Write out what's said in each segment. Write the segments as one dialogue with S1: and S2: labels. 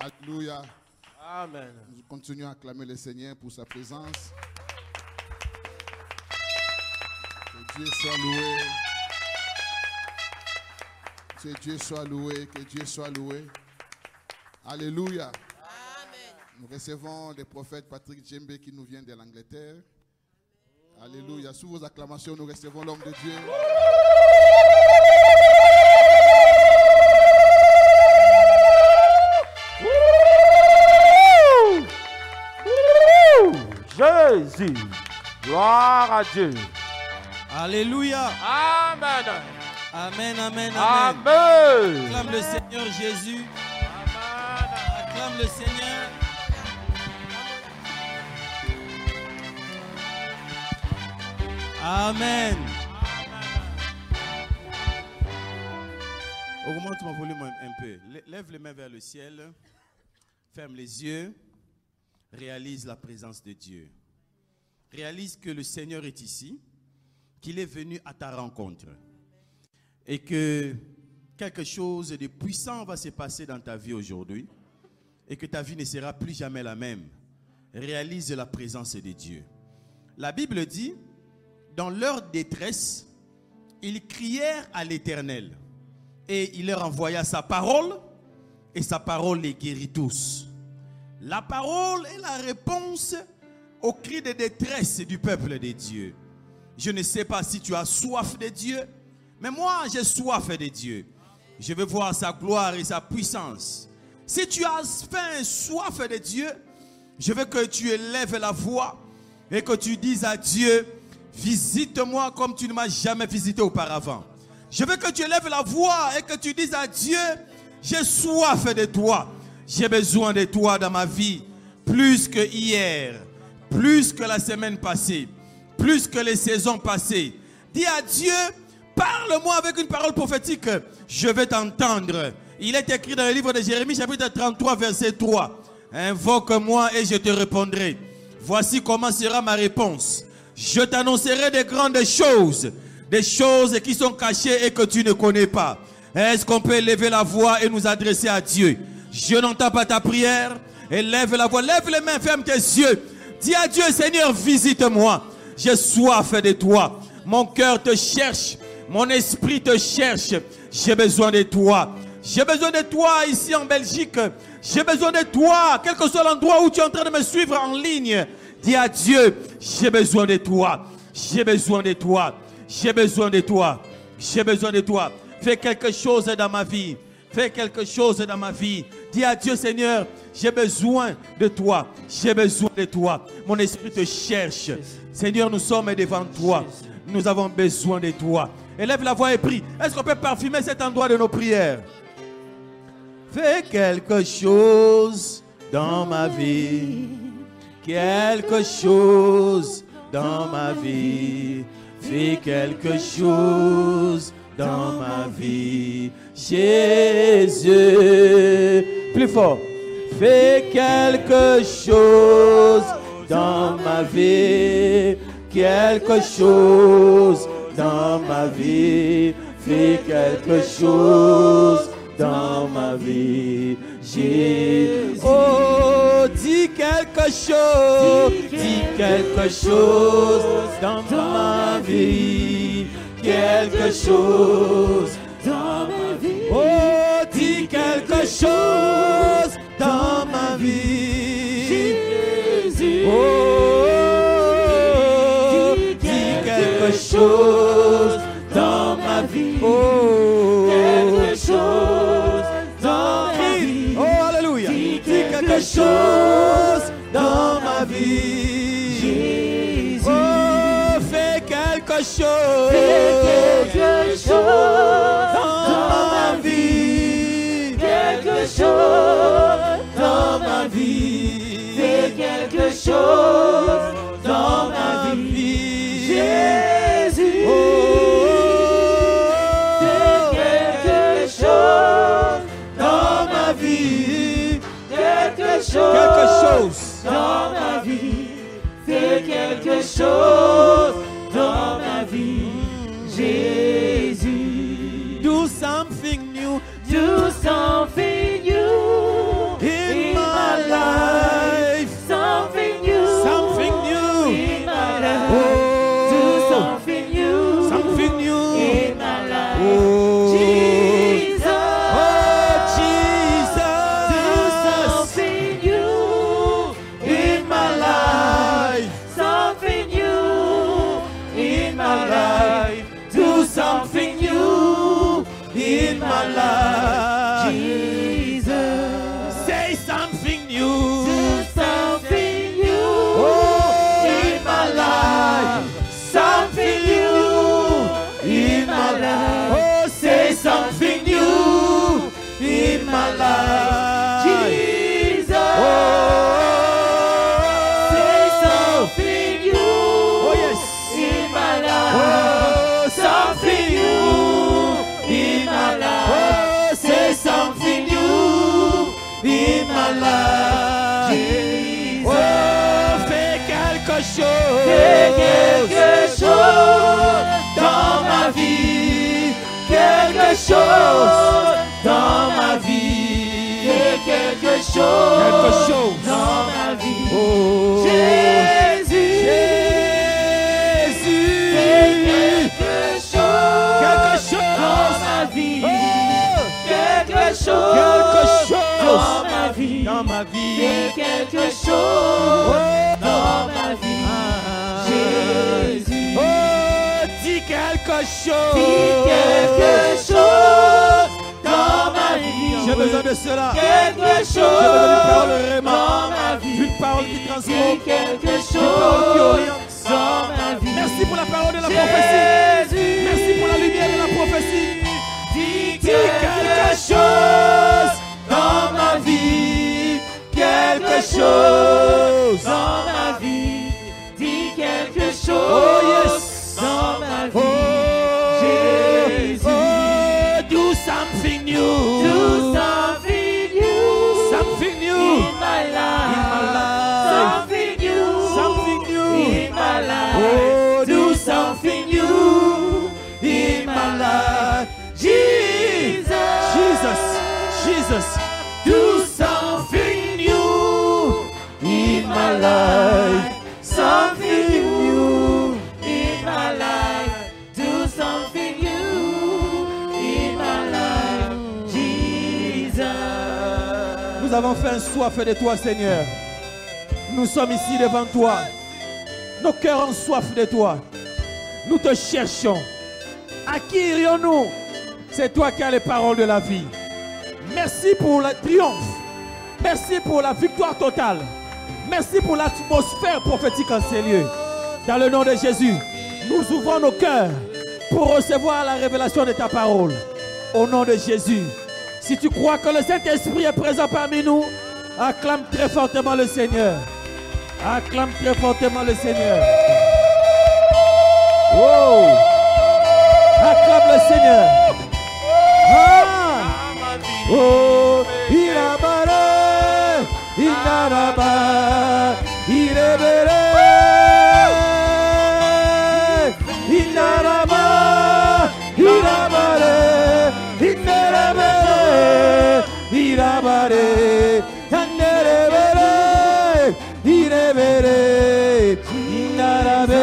S1: Alléluia.
S2: Amen.
S1: Nous continuons à acclamer le Seigneur pour sa présence. Que Dieu soit loué. Que Dieu soit loué. Que Dieu soit loué. Alléluia.
S3: Amen.
S1: Nous recevons le prophète Patrick Djembe qui nous vient de l'Angleterre. Alléluia. Sous vos acclamations, nous recevons l'homme de Dieu.
S2: Jésus. Gloire à Dieu.
S4: Alléluia.
S2: Amen.
S4: Amen, amen, amen.
S2: Amen.
S4: Acclame le Seigneur Jésus. Acclame le Seigneur. Amen. Augmente mon volume un peu. Lève les mains vers le ciel. Ferme les yeux. Réalise la présence de Dieu. Réalise que le Seigneur est ici, qu'il est venu à ta rencontre et que quelque chose de puissant va se passer dans ta vie aujourd'hui et que ta vie ne sera plus jamais la même. Réalise la présence de Dieu. La Bible dit, dans leur détresse, ils crièrent à l'Éternel et il leur envoya sa parole et sa parole les guérit tous. La parole est la réponse au cri de détresse du peuple de Dieu. Je ne sais pas si tu as soif de Dieu, mais moi j'ai soif de Dieu. Je veux voir sa gloire et sa puissance. Si tu as faim, soif de Dieu, je veux que tu élèves la voix et que tu dises à Dieu, visite-moi comme tu ne m'as jamais visité auparavant. Je veux que tu élèves la voix et que tu dises à Dieu, j'ai soif de toi. J'ai besoin de toi dans ma vie, plus que hier, plus que la semaine passée, plus que les saisons passées. Dis à Dieu, parle-moi avec une parole prophétique, je vais t'entendre. Il est écrit dans le livre de Jérémie, chapitre 33, verset 3. Invoque-moi et je te répondrai. Voici comment sera ma réponse. Je t'annoncerai de grandes choses, des choses qui sont cachées et que tu ne connais pas. Est-ce qu'on peut lever la voix et nous adresser à Dieu? Je n'entends pas ta prière. Élève la voix, lève les mains, ferme tes yeux. Dis à Dieu, Seigneur, visite-moi. J'ai soif de toi. Mon cœur te cherche. Mon esprit te cherche. J'ai besoin de toi. J'ai besoin de toi ici en Belgique. J'ai besoin de toi, quel que soit l'endroit où tu es en train de me suivre en ligne. Dis à Dieu, j'ai besoin de toi. J'ai besoin de toi. J'ai besoin de toi. J'ai besoin de toi. Fais quelque chose dans ma vie. Fais quelque chose dans ma vie. Dis à Dieu, Seigneur, j'ai besoin de toi. J'ai besoin de toi. Mon esprit te cherche. Seigneur, nous sommes devant toi. Nous avons besoin de toi. Élève la voix et prie. Est-ce qu'on peut parfumer cet endroit de nos prières? Fais quelque chose dans ma vie. Quelque chose dans ma vie. Fais quelque chose dans ma vie. Jésus, plus fort. Fais quelque chose dans ma vie. Quelque chose dans ma vie. Fais quelque chose dans ma vie. Jésus. Oh, dis quelque chose. Dis quelque chose dans ma vie. Quelque chose dans ma vie. Oh, dis quelque chose dans ma vie. Jésus. Oh, dis quelque chose dans ma vie. Oh, quelque chose dans ma vie. Oh, alléluia. Dis quelque chose dans ma vie. Jésus. Oh, fais quelque chose. Fais quelque chose dans ma vie. Quelque chose dans ma vie. Fais quelque chose dans ma vie. Jésus. Oh, fais quelque chose dans ma vie. Quelque chose dans ma vie. Fais quelque chose dans ma vie. Jésus. Do something new. Do something new in life. Oh, fais quelque chose.
S3: Fais quelque chose dans ma vie. Quelque chose dans ma vie. Fais quelque chose dans ma vie.
S4: Oh,
S3: Jésus. Fais quelque chose dans ma vie. Quelque chose dans ma vie.
S4: dans ma vie.
S3: Fais quelque chose dans ma vie. Jésus.
S4: Oh, dis quelque chose.
S3: Dis quelque chose dans ma vie.
S4: J'ai besoin de cela.
S3: Quelque
S4: J'ai besoin d'une parole
S3: chose
S4: vraiment.
S3: dans ma vie.
S4: Une parole qui
S3: Dis
S4: transforme.
S3: quelque
S4: Une parole qui
S3: chose
S4: oriente.
S3: dans ma vie.
S4: Merci pour la parole de la prophétie.
S3: Jésus.
S4: Merci pour la lumière de la prophétie.
S3: Dis quelque chose dans ma vie. Quelque chose dans ma vie. Dis quelque chose
S4: Oh, yes.
S3: dans ma vie.
S4: Oh,
S3: Jésus.
S4: oh, do something new.
S3: Do something new.
S4: Something new.
S3: In my life.
S4: In my life.
S3: Something new.
S4: Something new.
S3: In my life.
S4: Oh,
S3: do something new in my life. Jesus.
S4: Jesus. Jesus.
S3: Do something new in my life. Something new in my life. Do something new in my life. Jesus.
S4: Nous avons fait un soif de toi, Seigneur. Nous sommes ici devant toi. Nos cœurs ont soif de toi. Nous te cherchons. À qui irions-nous? C'est toi qui as les paroles de la vie. Merci pour le triomphe. Merci pour la victoire totale. Merci pour l'atmosphère prophétique en ces lieux. Dans le nom de Jésus, nous ouvrons nos cœurs pour recevoir la révélation de ta parole. Au nom de Jésus. Si tu crois que le Saint-Esprit est présent parmi nous, acclame très fortement le Seigneur. Acclame très fortement le Seigneur. Wow. Acclame le Seigneur. Ah. Oh, il a barré, il n'a pas, il est belé, il n'a pas, il a barré, il n'a pas, il a barré, il est belé, il n'a pas.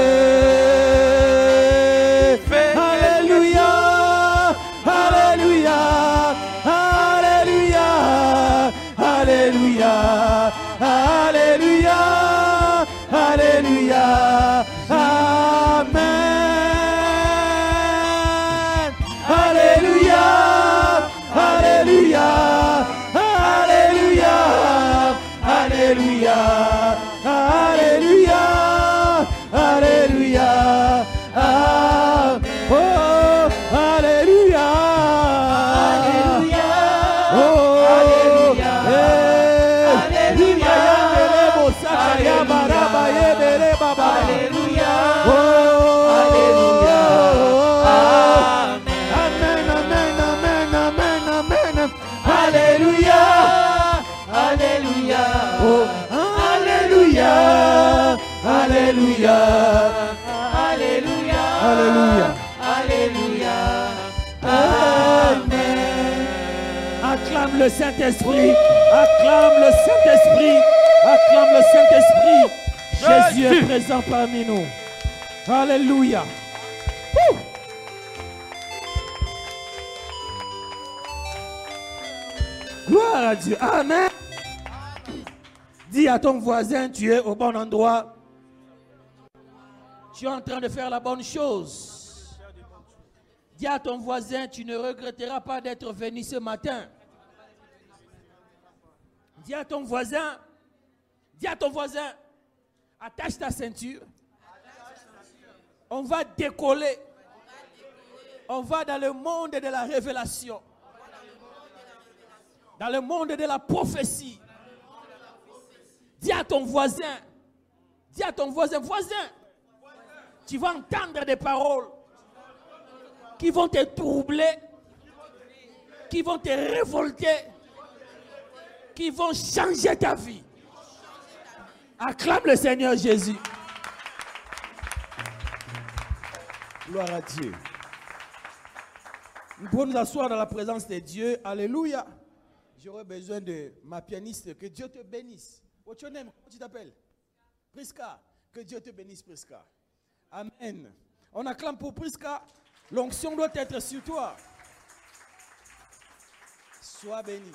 S4: Alléluia.
S3: Alléluia. Amen.
S4: Acclame le Saint-Esprit. Acclame le Saint-Esprit. Acclame le Saint-Esprit. Jésus est présent parmi nous. Alléluia. Ouh. Gloire à Dieu. Amen. Dis à ton voisin, tu es au bon endroit. Tu es en train de faire la bonne chose. Dis à ton voisin, tu ne regretteras pas d'être venu ce matin. Dis à ton voisin, attache ta ceinture. On va décoller. On va dans le monde de la révélation. Dans le monde de la prophétie. Dis à ton voisin, voisin, tu vas entendre des paroles qui vont te troubler, qui vont te révolter,
S5: qui vont changer ta vie. Acclame le Seigneur Jésus. Gloire à Dieu. Nous pouvons nous asseoir dans la présence de Dieu. Alléluia. J'aurais besoin de ma pianiste. Que Dieu te bénisse. What's your name? Comment tu t'appelles? Priska. Que Dieu te bénisse, Priska. Amen. On acclame pour Priska. L'onction doit être sur toi. Sois béni.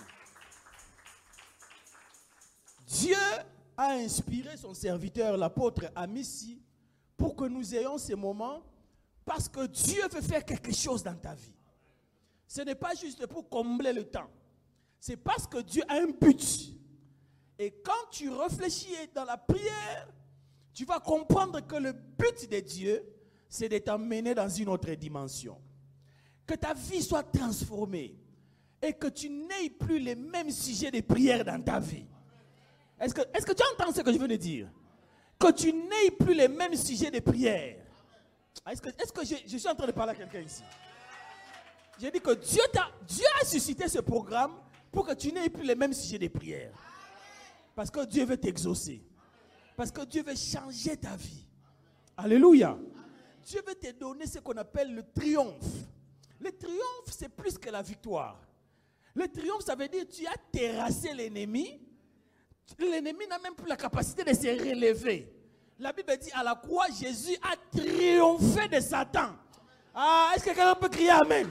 S5: Dieu a inspiré son serviteur, l'apôtre Amici, pour que nous ayons ces moments, parce que Dieu veut faire quelque chose dans ta vie. Ce n'est pas juste pour combler le temps. C'est parce que Dieu a un but. Et quand tu réfléchis dans la prière, tu vas comprendre que le but de Dieu, c'est de t'emmener dans une autre dimension. Que ta vie soit transformée et que tu n'aies plus les mêmes sujets de prière dans ta vie. Est-ce que tu entends ce que je veux te dire? Que tu n'aies plus les mêmes sujets de prière. Est-ce que je suis en train de parler à quelqu'un ici? J'ai dit que Dieu a suscité ce programme pour que tu n'aies plus les mêmes sujets de prière. Parce que Dieu veut t'exaucer. Parce que Dieu veut changer ta vie. Alléluia. Dieu veut te donner ce qu'on appelle le triomphe. Le triomphe, c'est plus que la victoire. Le triomphe, ça veut dire que tu as terrassé l'ennemi. L'ennemi n'a même plus la capacité de se relever. La Bible dit à la croix, Jésus a triomphé de Satan. Ah, est-ce que quelqu'un peut crier Amen?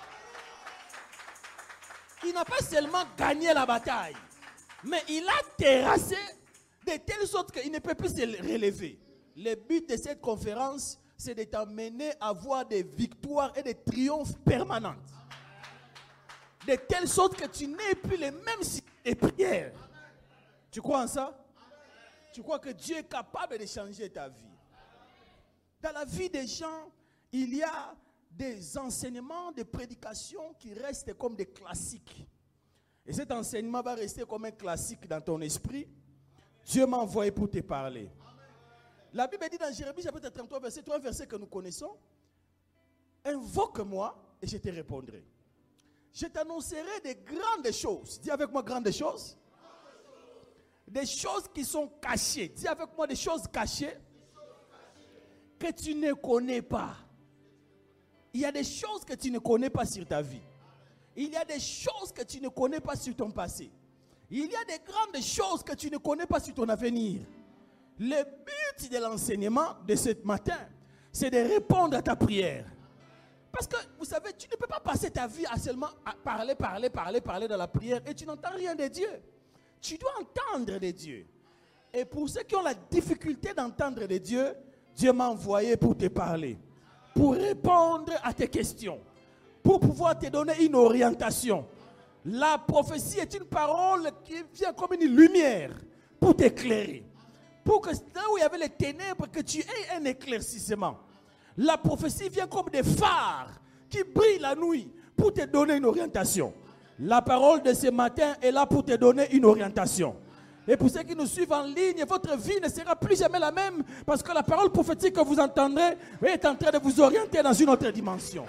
S5: Il n'a pas seulement gagné la bataille, mais il a terrassé de telle sorte qu'il ne peut plus se relever. Le but de cette conférence, c'est de t'amener à avoir des victoires et des triomphes permanents. De telle sorte que tu n'aies plus les mêmes prières. Tu crois en ça? Tu crois que Dieu est capable de changer ta vie? Dans la vie des gens, il y a des enseignements, des prédications qui restent comme des classiques. Et cet enseignement va rester comme un classique dans ton esprit. Dieu m'a envoyé pour te parler. La Bible dit dans Jérémie chapitre 33, verset 3, un verset que nous connaissons. Invoque-moi et je te répondrai. Je t'annoncerai des grandes choses. Dis avec moi grandes choses. Des choses qui sont cachées. Dis avec moi des choses cachées que tu ne connais pas. Il y a des choses que tu ne connais pas sur ta vie. Il y a des choses que tu ne connais pas sur ton passé. Il y a des grandes choses que tu ne connais pas sur ton avenir. Le but de l'enseignement de ce matin, c'est de répondre à ta prière. Parce que, vous savez, tu ne peux pas passer ta vie à seulement parler dans la prière et tu n'entends rien de Dieu. Tu dois entendre de Dieu. Et pour ceux qui ont la difficulté d'entendre de Dieu, Dieu m'a envoyé pour te parler, pour répondre à tes questions, pour pouvoir te donner une orientation. La prophétie est une parole qui vient comme une lumière pour t'éclairer. Pour que là où il y avait les ténèbres, que tu aies un éclaircissement. La prophétie vient comme des phares qui brillent la nuit pour te donner une orientation. La parole de ce matin est là pour te donner une orientation. Et pour ceux qui nous suivent en ligne, votre vie ne sera plus jamais la même parce que la parole prophétique que vous entendrez est en train de vous orienter dans une autre dimension.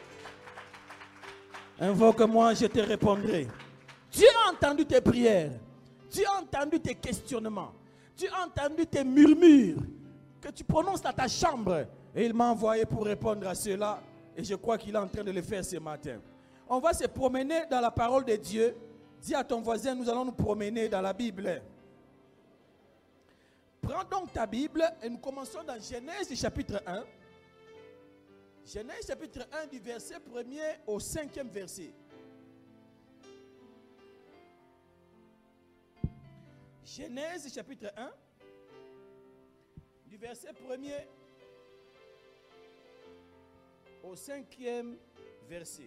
S5: Invoque-moi, je te répondrai. Dieu a entendu tes prières. Dieu a entendu tes questionnements. Dieu a entendu tes murmures que tu prononces dans ta chambre. Et il m'a envoyé pour répondre à cela. Et je crois qu'il est en train de le faire ce matin. On va se promener dans la parole de Dieu. Dis à ton voisin, nous allons nous promener dans la Bible. Prends donc ta Bible et nous commençons dans Genèse chapitre 1. Genèse chapitre 1 du verset 1er au 5e verset. Genèse chapitre 1 du verset 1er au 5e verset.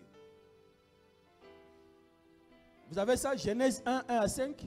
S5: Vous avez ça, Genèse 1, 1 à 5.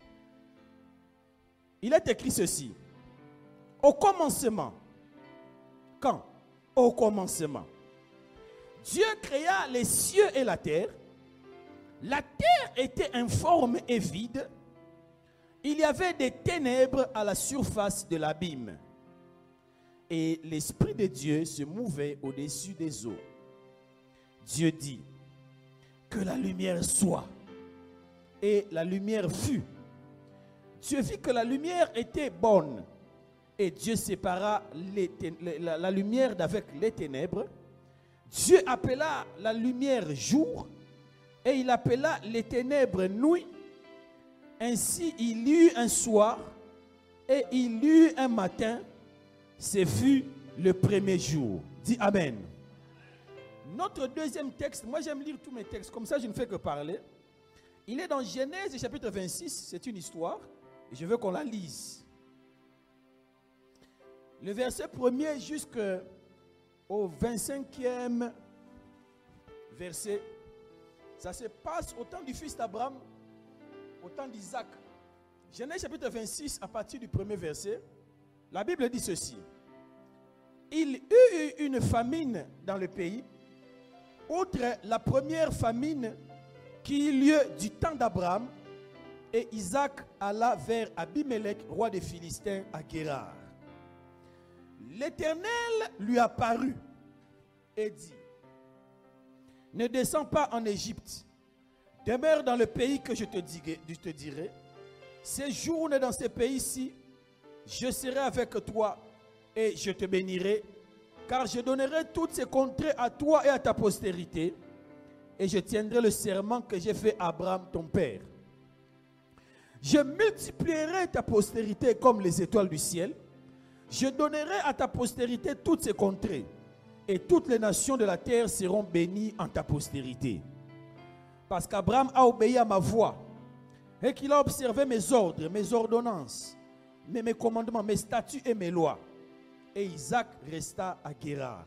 S5: Il est écrit ceci. Au commencement. Quand? Au commencement. Dieu créa les cieux et la terre. La terre était informe et vide. Il y avait des ténèbres à la surface de l'abîme. Et l'Esprit de Dieu se mouvait au-dessus des eaux. Dieu dit, que la lumière soit. et la lumière fut. Dieu vit que la lumière était bonne. Et Dieu sépara la lumière d'avec les ténèbres. Dieu appela la lumière jour et il appela les ténèbres nuit. Ainsi il y eut un soir et il y eut un matin. Ce fut le premier jour. Dis Amen. Notre deuxième texte, moi j'aime lire tous mes textes, comme ça je ne fais que parler. Il est dans Genèse chapitre 26, c'est une histoire et je veux qu'on la lise. Le verset 1er jusqu'au 25e verset, ça se passe au temps du fils d'Abraham, au temps d'Isaac. Genèse chapitre 26, à partir du premier verset, la Bible dit ceci. Il y eut une famine dans le pays, outre la première famine qui eut lieu du temps d'Abraham, et Isaac alla vers Abimelech, roi des Philistins, à Guérar. L'Éternel lui apparut et dit, ne descends pas en Égypte, demeure dans le pays que je te dirai, séjourne dans ce pays-ci, je serai avec toi et je te bénirai, car je donnerai toutes ces contrées à toi et à ta postérité, et je tiendrai le serment que j'ai fait à Abraham ton père. Je multiplierai ta postérité comme les étoiles du ciel. Je donnerai à ta postérité toutes ces contrées, et toutes les nations de la terre seront bénies en ta postérité. Parce qu'Abraham a obéi à ma voix, et qu'il a observé mes ordres, mes ordonnances, mes commandements, mes statuts et mes lois. Et Isaac resta à Guérar.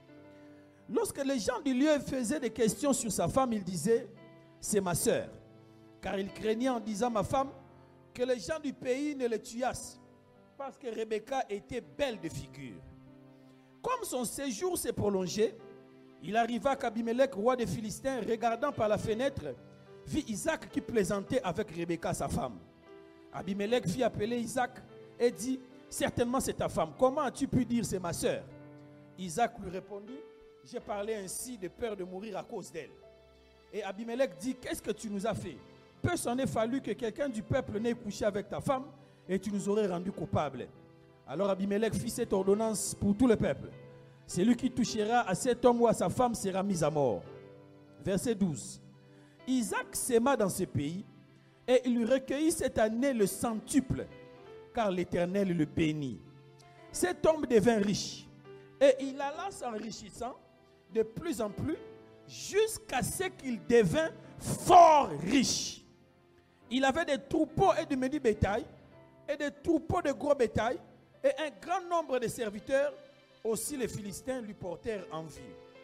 S5: Lorsque les gens du lieu faisaient des questions sur sa femme, il disait, c'est ma sœur. Car il craignait en disant, ma femme, que les gens du pays ne le tuassent, parce que Rebecca était belle de figure. Comme son séjour s'est prolongé, il arriva qu'Abimelech, roi des Philistins, regardant par la fenêtre, vit Isaac qui plaisantait avec Rebecca, sa femme. Abimelech fit appeler Isaac et dit, certainement c'est ta femme. Comment as-tu pu dire c'est ma sœur? Isaac lui répondit, j'ai parlé ainsi de peur de mourir à cause d'elle. Et Abimelech dit, qu'est-ce que tu nous as fait? Peu s'en est fallu que quelqu'un du peuple n'ait couché avec ta femme et tu nous aurais rendu coupables. Alors Abimelech fit cette ordonnance pour tout le peuple. Celui qui touchera à cet homme ou à sa femme sera mis à mort. Verset 12. Isaac s'aima dans ce pays et il recueillit cette année le centuple, car l'Éternel le bénit. Cet homme devint riche et il alla s'enrichissant de plus en plus jusqu'à ce qu'il devint fort riche. Il avait des troupeaux et de menus bétail et des troupeaux de gros bétail et un grand nombre de serviteurs. Aussi les Philistins lui portèrent envie.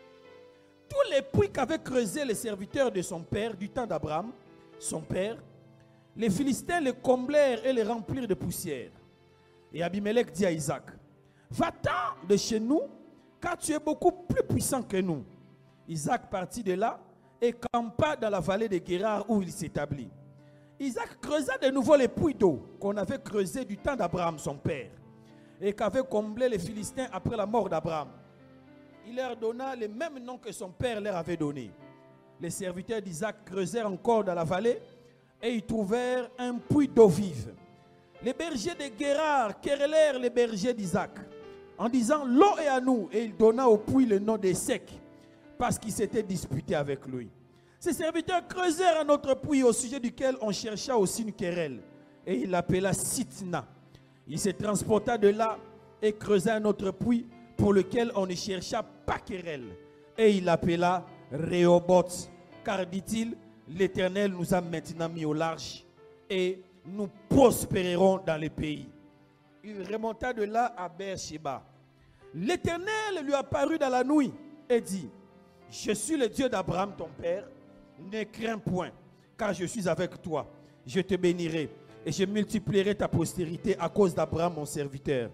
S5: Tous les puits qu'avaient creusés les serviteurs de son père du temps d'Abraham, son père, les Philistins les comblèrent et les remplirent de poussière. Et Abimelech dit à Isaac, va-t'en de chez nous, car tu es beaucoup plus puissant que nous. Isaac partit de là et campa dans la vallée de Guérar où il s'établit. Isaac creusa de nouveau les puits d'eau qu'on avait creusés du temps d'Abraham, son père, et qu'avaient comblé les Philistins après la mort d'Abraham. Il leur donna les mêmes noms que son père leur avait donnés. Les serviteurs d'Isaac creusèrent encore dans la vallée et y trouvèrent un puits d'eau vive. Les bergers de Guérar querellèrent les bergers d'Isaac en disant, l'eau est à nous, et il donna au puits le nom de Sec parce qu'il s'était disputé avec lui. Ces serviteurs creusèrent un autre puits au sujet duquel on chercha aussi une querelle, et il l'appela Sitna. Il se transporta de là et creusa un autre puits pour lequel on ne chercha pas querelle, et il l'appela Rehoboth, car dit-il, l'Éternel nous a maintenant mis au large et nous prospérerons dans les pays. Il remonta de là à Beersheba. L'Éternel lui apparut dans la nuit et dit, je suis le Dieu d'Abraham ton père, ne crains point, car je suis avec toi. Je te bénirai et je multiplierai ta postérité à cause d'Abraham mon serviteur.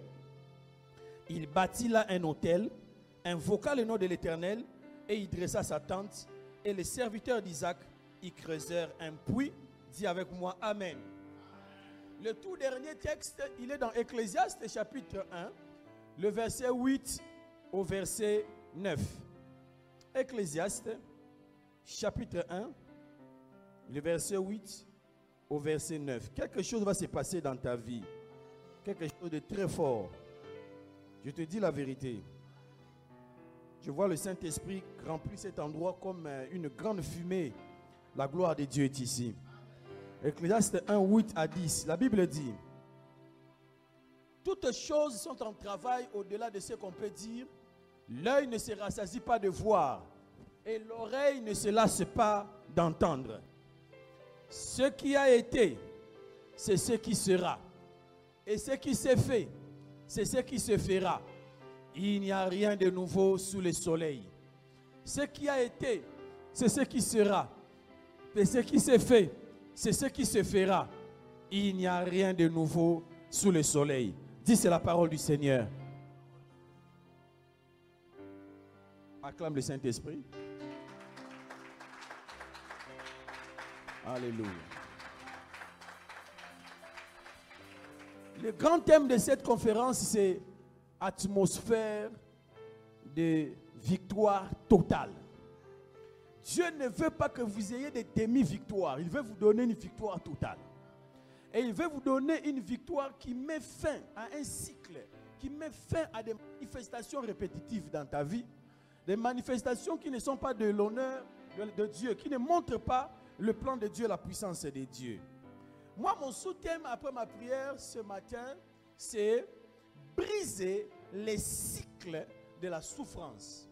S5: Il bâtit là un autel, invoqua le nom de l'Éternel et il dressa sa tente. Et les serviteurs d'Isaac y creusèrent un puits. Dis avec moi Amen. Le tout dernier texte, il est dans Ecclésiaste chapitre 1, le verset 8 au verset 9. Ecclésiaste chapitre 1, le verset 8 au verset 9. Quelque chose va se passer dans ta vie. Quelque chose de très fort. Je te dis la vérité. Je vois le Saint-Esprit remplir cet endroit comme une grande fumée. La gloire de Dieu est ici. Ecclésiaste 1, 8 à 10. La Bible dit: toutes choses sont en travail au-delà de ce qu'on peut dire. L'œil ne se rassasie pas de voir et l'oreille ne se lasse pas d'entendre. Ce qui a été, c'est ce qui sera. Et ce qui s'est fait, c'est ce qui se fera. Il n'y a rien de nouveau sous le soleil. Ce qui a été, c'est ce qui sera. Et ce qui s'est fait, c'est ce qui se fera. Il n'y a rien de nouveau sous le soleil. Dis, c'est la parole du Seigneur. Acclame le Saint-Esprit. Alléluia. Le grand thème de cette conférence, c'est atmosphère de victoire totale. Dieu ne veut pas que vous ayez des demi-victoires. Il veut vous donner une victoire totale. Et il veut vous donner une victoire qui met fin à un cycle, qui met fin à des manifestations répétitives dans ta vie, des manifestations qui ne sont pas de l'honneur de Dieu, qui ne montrent pas le plan de Dieu, la puissance de Dieu. Moi, mon sous-thème après ma prière ce matin, c'est briser les cycles de la souffrance.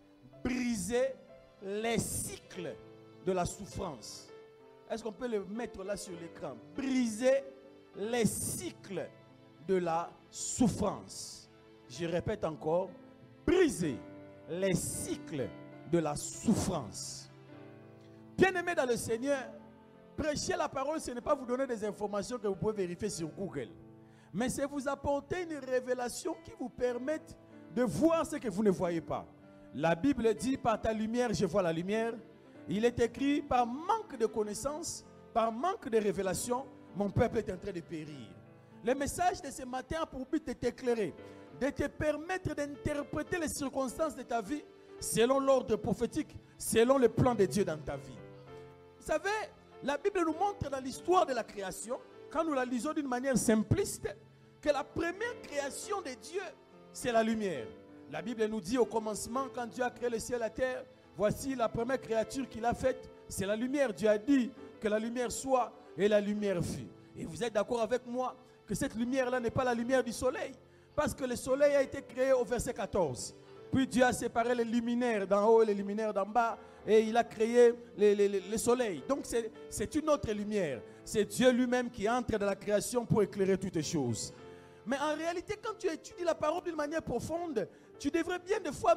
S5: Briser les cycles de la souffrance. Est-ce qu'on peut le mettre là sur l'écran? Briser les cycles de la souffrance. Je répète encore, briser les cycles de la souffrance. Bien-aimés dans le Seigneur, prêcher la parole, ce n'est pas vous donner des informations que vous pouvez vérifier sur Google, mais c'est vous apporter une révélation qui vous permette de voir ce que vous ne voyez pas. La Bible dit, par ta lumière, je vois la lumière. Il est écrit, par manque de connaissances, par manque de révélation, mon peuple est en train de périr. Le message de ce matin a pour but de t'éclairer, de te permettre d'interpréter les circonstances de ta vie selon l'ordre prophétique, selon le plan de Dieu dans ta vie. Vous savez, la Bible nous montre dans l'histoire de la création, quand nous la lisons d'une manière simpliste, que la première création de Dieu, c'est la lumière. La Bible nous dit au commencement, quand Dieu a créé le ciel et la terre, voici la première créature qu'il a faite, c'est la lumière. Dieu a dit que la lumière soit et la lumière fut. Et vous êtes d'accord avec moi que cette lumière-là n'est pas la lumière du soleil, parce que le soleil a été créé au verset 14. Puis Dieu a séparé les luminaires d'en haut et les luminaires d'en bas, et il a créé le soleil. Donc c'est une autre lumière. C'est Dieu lui-même qui entre dans la création pour éclairer toutes les choses. Mais en réalité, quand tu étudies la parole d'une manière profonde, tu devrais bien des fois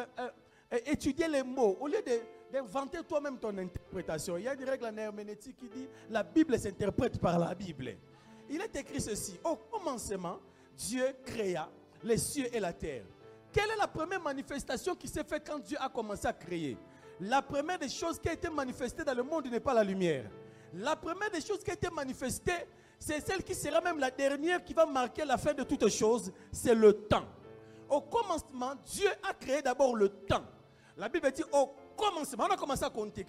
S5: étudier les mots, au lieu d'inventer toi-même ton interprétation. Il y a une règle en herméneutique qui dit la Bible s'interprète par la Bible. Il est écrit ceci: au commencement, Dieu créa les cieux et la terre. Quelle est la première manifestation qui s'est faite quand Dieu a commencé à créer? La première des choses qui a été manifestée dans le monde n'est pas la lumière. La première des choses qui a été manifestée, c'est celle qui sera même la dernière, qui va marquer la fin de toutes choses, c'est le temps. Au commencement, Dieu a créé d'abord le temps. La Bible dit au commencement, on a commencé à compter.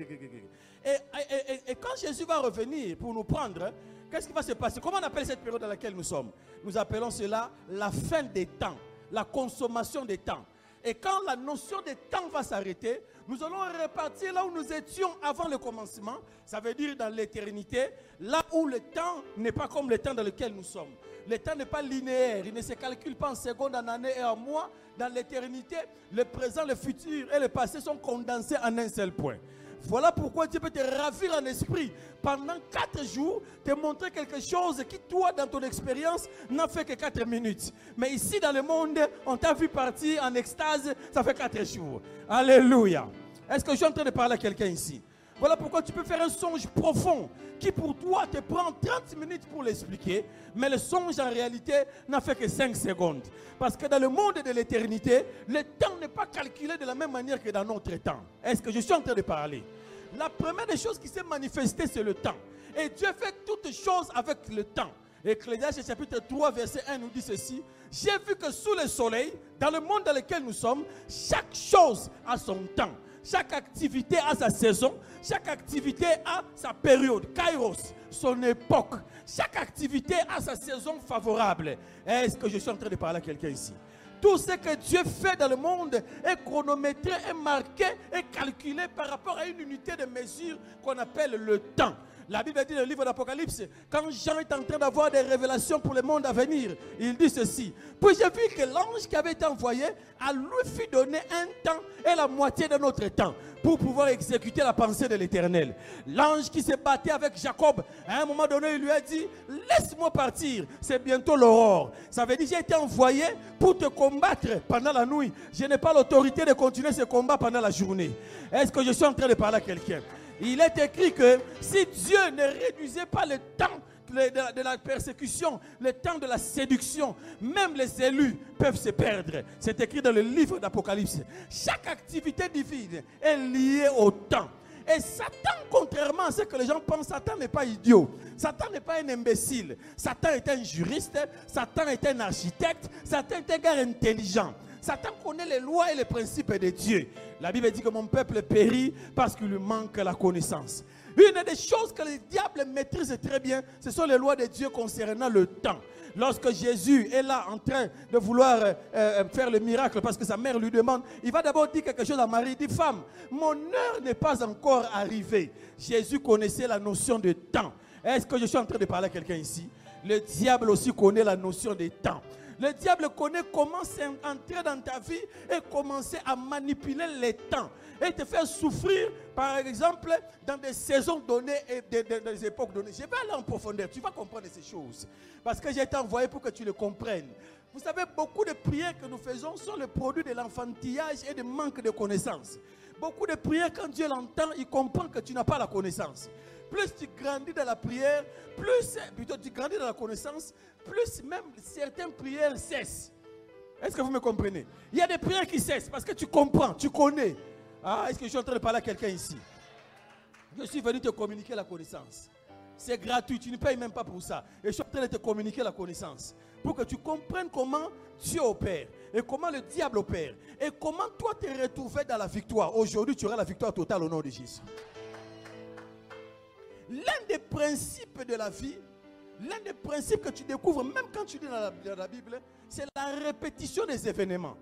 S5: Et quand Jésus va revenir pour nous prendre, qu'est-ce qui va se passer? Comment on appelle cette période dans laquelle nous sommes? Nous appelons cela la fin des temps, la consommation des temps. Et quand la notion de temps va s'arrêter, nous allons repartir là où nous étions avant le commencement. Ça veut dire dans l'éternité, là où le temps n'est pas comme le temps dans lequel nous sommes. Le temps n'est pas linéaire, il ne se calcule pas en secondes, en années et en mois. Dans l'éternité, le présent, le futur et le passé sont condensés en un seul point. Voilà pourquoi Dieu peut te ravir en esprit pendant 4 jours, te montrer quelque chose qui, toi, dans ton expérience, n'a fait que 4 minutes. Mais ici, dans le monde, on t'a vu partir en extase, ça fait 4 jours. Alléluia. Est-ce que je suis en train de parler à quelqu'un ici? Voilà pourquoi tu peux faire un songe profond qui, pour toi, te prend 30 minutes pour l'expliquer. Mais le songe, en réalité, n'a fait que 5 secondes. Parce que dans le monde de l'éternité, le temps n'est pas calculé de la même manière que dans notre temps. Est-ce que je suis en train de parler? La première des choses qui s'est manifestée, c'est le temps. Et Dieu fait toutes choses avec le temps. Ecclésiaste chapitre 3, verset 1 nous dit ceci: j'ai vu que sous le soleil, dans le monde dans lequel nous sommes, chaque chose a son temps. Chaque activité a sa saison, chaque activité a sa période, kairos. son époque. Chaque activité a sa saison favorable. Est-ce que je suis en train de parler à quelqu'un ici? Tout ce que Dieu fait dans le monde est chronométré, est marqué, est calculé par rapport à une unité de mesure qu'on appelle le temps. La Bible dit dans le livre d'Apocalypse, quand Jean est en train d'avoir des révélations pour le monde à venir, il dit ceci. Puis j'ai vu que l'ange qui avait été envoyé a lui fut donné un temps et la moitié de notre temps pour pouvoir exécuter la pensée de l'Éternel. L'ange qui s'est battu avec Jacob, à un moment donné, il lui a dit, laisse-moi partir, c'est bientôt l'aurore. Ça veut dire, j'ai été envoyé pour te combattre pendant la nuit. Je n'ai pas l'autorité de continuer ce combat pendant la journée. Est-ce que je suis en train de parler à quelqu'un? Il est écrit que si Dieu ne réduisait pas le temps de la persécution, le temps de la séduction, même les élus peuvent se perdre. C'est écrit dans le livre d'Apocalypse. Chaque activité divine est liée au temps. Et Satan, contrairement à ce que les gens pensent, Satan n'est pas idiot. Satan n'est pas un imbécile. Satan est un juriste. Satan est un architecte. Satan est un gars intelligent. Satan connaît les lois et les principes de Dieu. La Bible dit que mon peuple périt parce qu'il lui manque la connaissance. Une des choses que le diable maîtrise très bien, ce sont les lois de Dieu concernant le temps. Lorsque Jésus est là en train de vouloir faire le miracle parce que sa mère lui demande, il va d'abord dire quelque chose à Marie. Il dit, femme, mon heure n'est pas encore arrivée. Jésus connaissait la notion de temps. Est-ce que je suis en train de parler à quelqu'un ici? Le diable aussi connaît la notion de temps. Le diable connaît comment entrer dans ta vie et commencer à manipuler les temps et te faire souffrir, par exemple, dans des saisons données et dans des époques données. Je vais aller en profondeur, tu vas comprendre ces choses. Parce que j'ai été envoyé pour que tu le comprennes. Vous savez, beaucoup de prières que nous faisons sont le produit de l'enfantillage et du manque de connaissances. Beaucoup de prières, quand Dieu l'entend, il comprend que tu n'as pas la connaissance. Plus tu grandis dans la prière, plutôt tu grandis dans la connaissance, plus même certaines prières cessent. Est-ce que vous me comprenez? Il y a des prières qui cessent parce que tu comprends, tu connais. Ah, est-ce que je suis en train de parler à quelqu'un ici? Je suis venu te communiquer la connaissance. C'est gratuit, tu ne payes même pas pour ça. Et je suis en train de te communiquer la connaissance. Pour que tu comprennes comment Dieu opère. Et comment le diable opère. Et comment toi te retrouver dans la victoire. Aujourd'hui, tu auras la victoire totale au nom de Jésus. L'un des principes de la vie, l'un des principes que tu découvres, même quand tu lis dans la Bible, c'est la répétition des événements.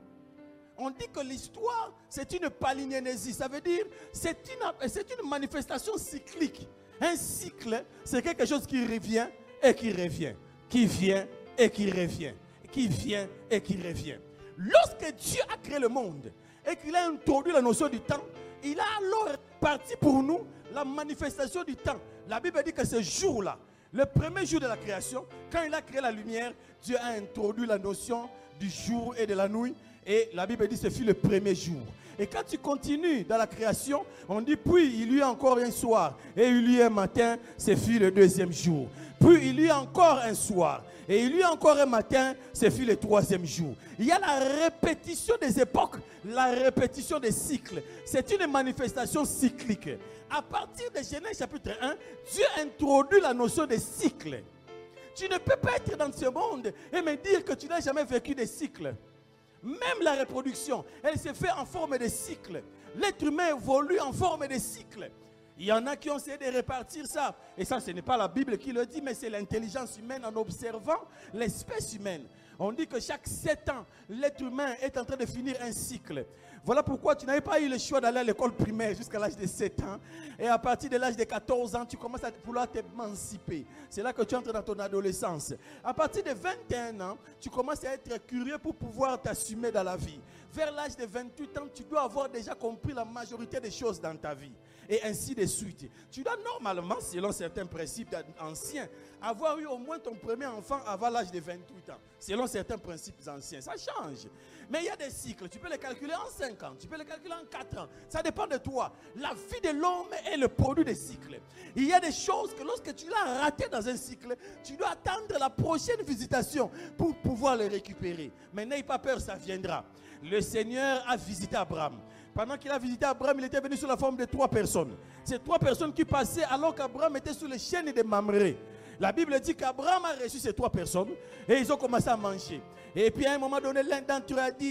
S5: On dit que l'histoire, c'est une palinénésie. Ça veut dire, c'est une manifestation cyclique. Un cycle, c'est quelque chose qui revient et qui revient. Qui vient et qui revient. Qui vient et qui revient. Lorsque Dieu a créé le monde et qu'il a introduit la notion du temps, il a alors parti pour nous la manifestation du temps. La Bible dit que ce jour-là, le premier jour de la création, quand il a créé la lumière, Dieu a introduit la notion du jour et de la nuit. Et la Bible dit que ce fut le premier jour. Et quand tu continues dans la création, on dit puis il y eut encore un soir. Et il y eut un matin, ce fut le deuxième jour. Puis il y eut encore un soir. Et il y eut encore un matin, ce fut le troisième jour. Il y a la répétition des époques, la répétition des cycles. C'est une manifestation cyclique. À partir de Genèse chapitre 1, Dieu introduit la notion de cycle. Tu ne peux pas être dans ce monde et me dire que tu n'as jamais vécu des cycles. Même la reproduction, elle se fait en forme de cycle. L'être humain évolue en forme de cycle. Il y en a qui ont essayé de répartir ça. Et ça, ce n'est pas la Bible qui le dit, mais c'est l'intelligence humaine en observant l'espèce humaine. On dit que chaque 7 ans, l'être humain est en train de finir un cycle. Voilà pourquoi tu n'avais pas eu le choix d'aller à l'école primaire jusqu'à l'âge de 7 ans. Et à partir de l'âge de 14 ans, tu commences à vouloir t'émanciper. C'est là que tu entres dans ton adolescence. À partir de 21 ans, tu commences à être curieux pour pouvoir t'assumer dans la vie. Vers l'âge de 28 ans, tu dois avoir déjà compris la majorité des choses dans ta vie. Et ainsi de suite. Tu dois normalement, selon certains principes anciens, avoir eu au moins ton premier enfant avant l'âge de 28 ans. Selon certains principes anciens. Ça change. Mais il y a des cycles. Tu peux les calculer en 5 ans. Tu peux les calculer en 4 ans. Ça dépend de toi. La vie de l'homme est le produit des cycles. Il y a des choses que lorsque tu l'as raté dans un cycle, tu dois attendre la prochaine visitation pour pouvoir les récupérer. Mais n'aie pas peur, ça viendra. Le Seigneur a visité Abraham. Pendant qu'il a visité Abraham, il était venu sous la forme de 3 personnes. Ces 3 personnes qui passaient alors qu'Abraham était sous les chaînes de Mamré. La Bible dit qu'Abraham a reçu ces 3 personnes et ils ont commencé à manger. Et puis à un moment donné, l'un d'entre eux a dit,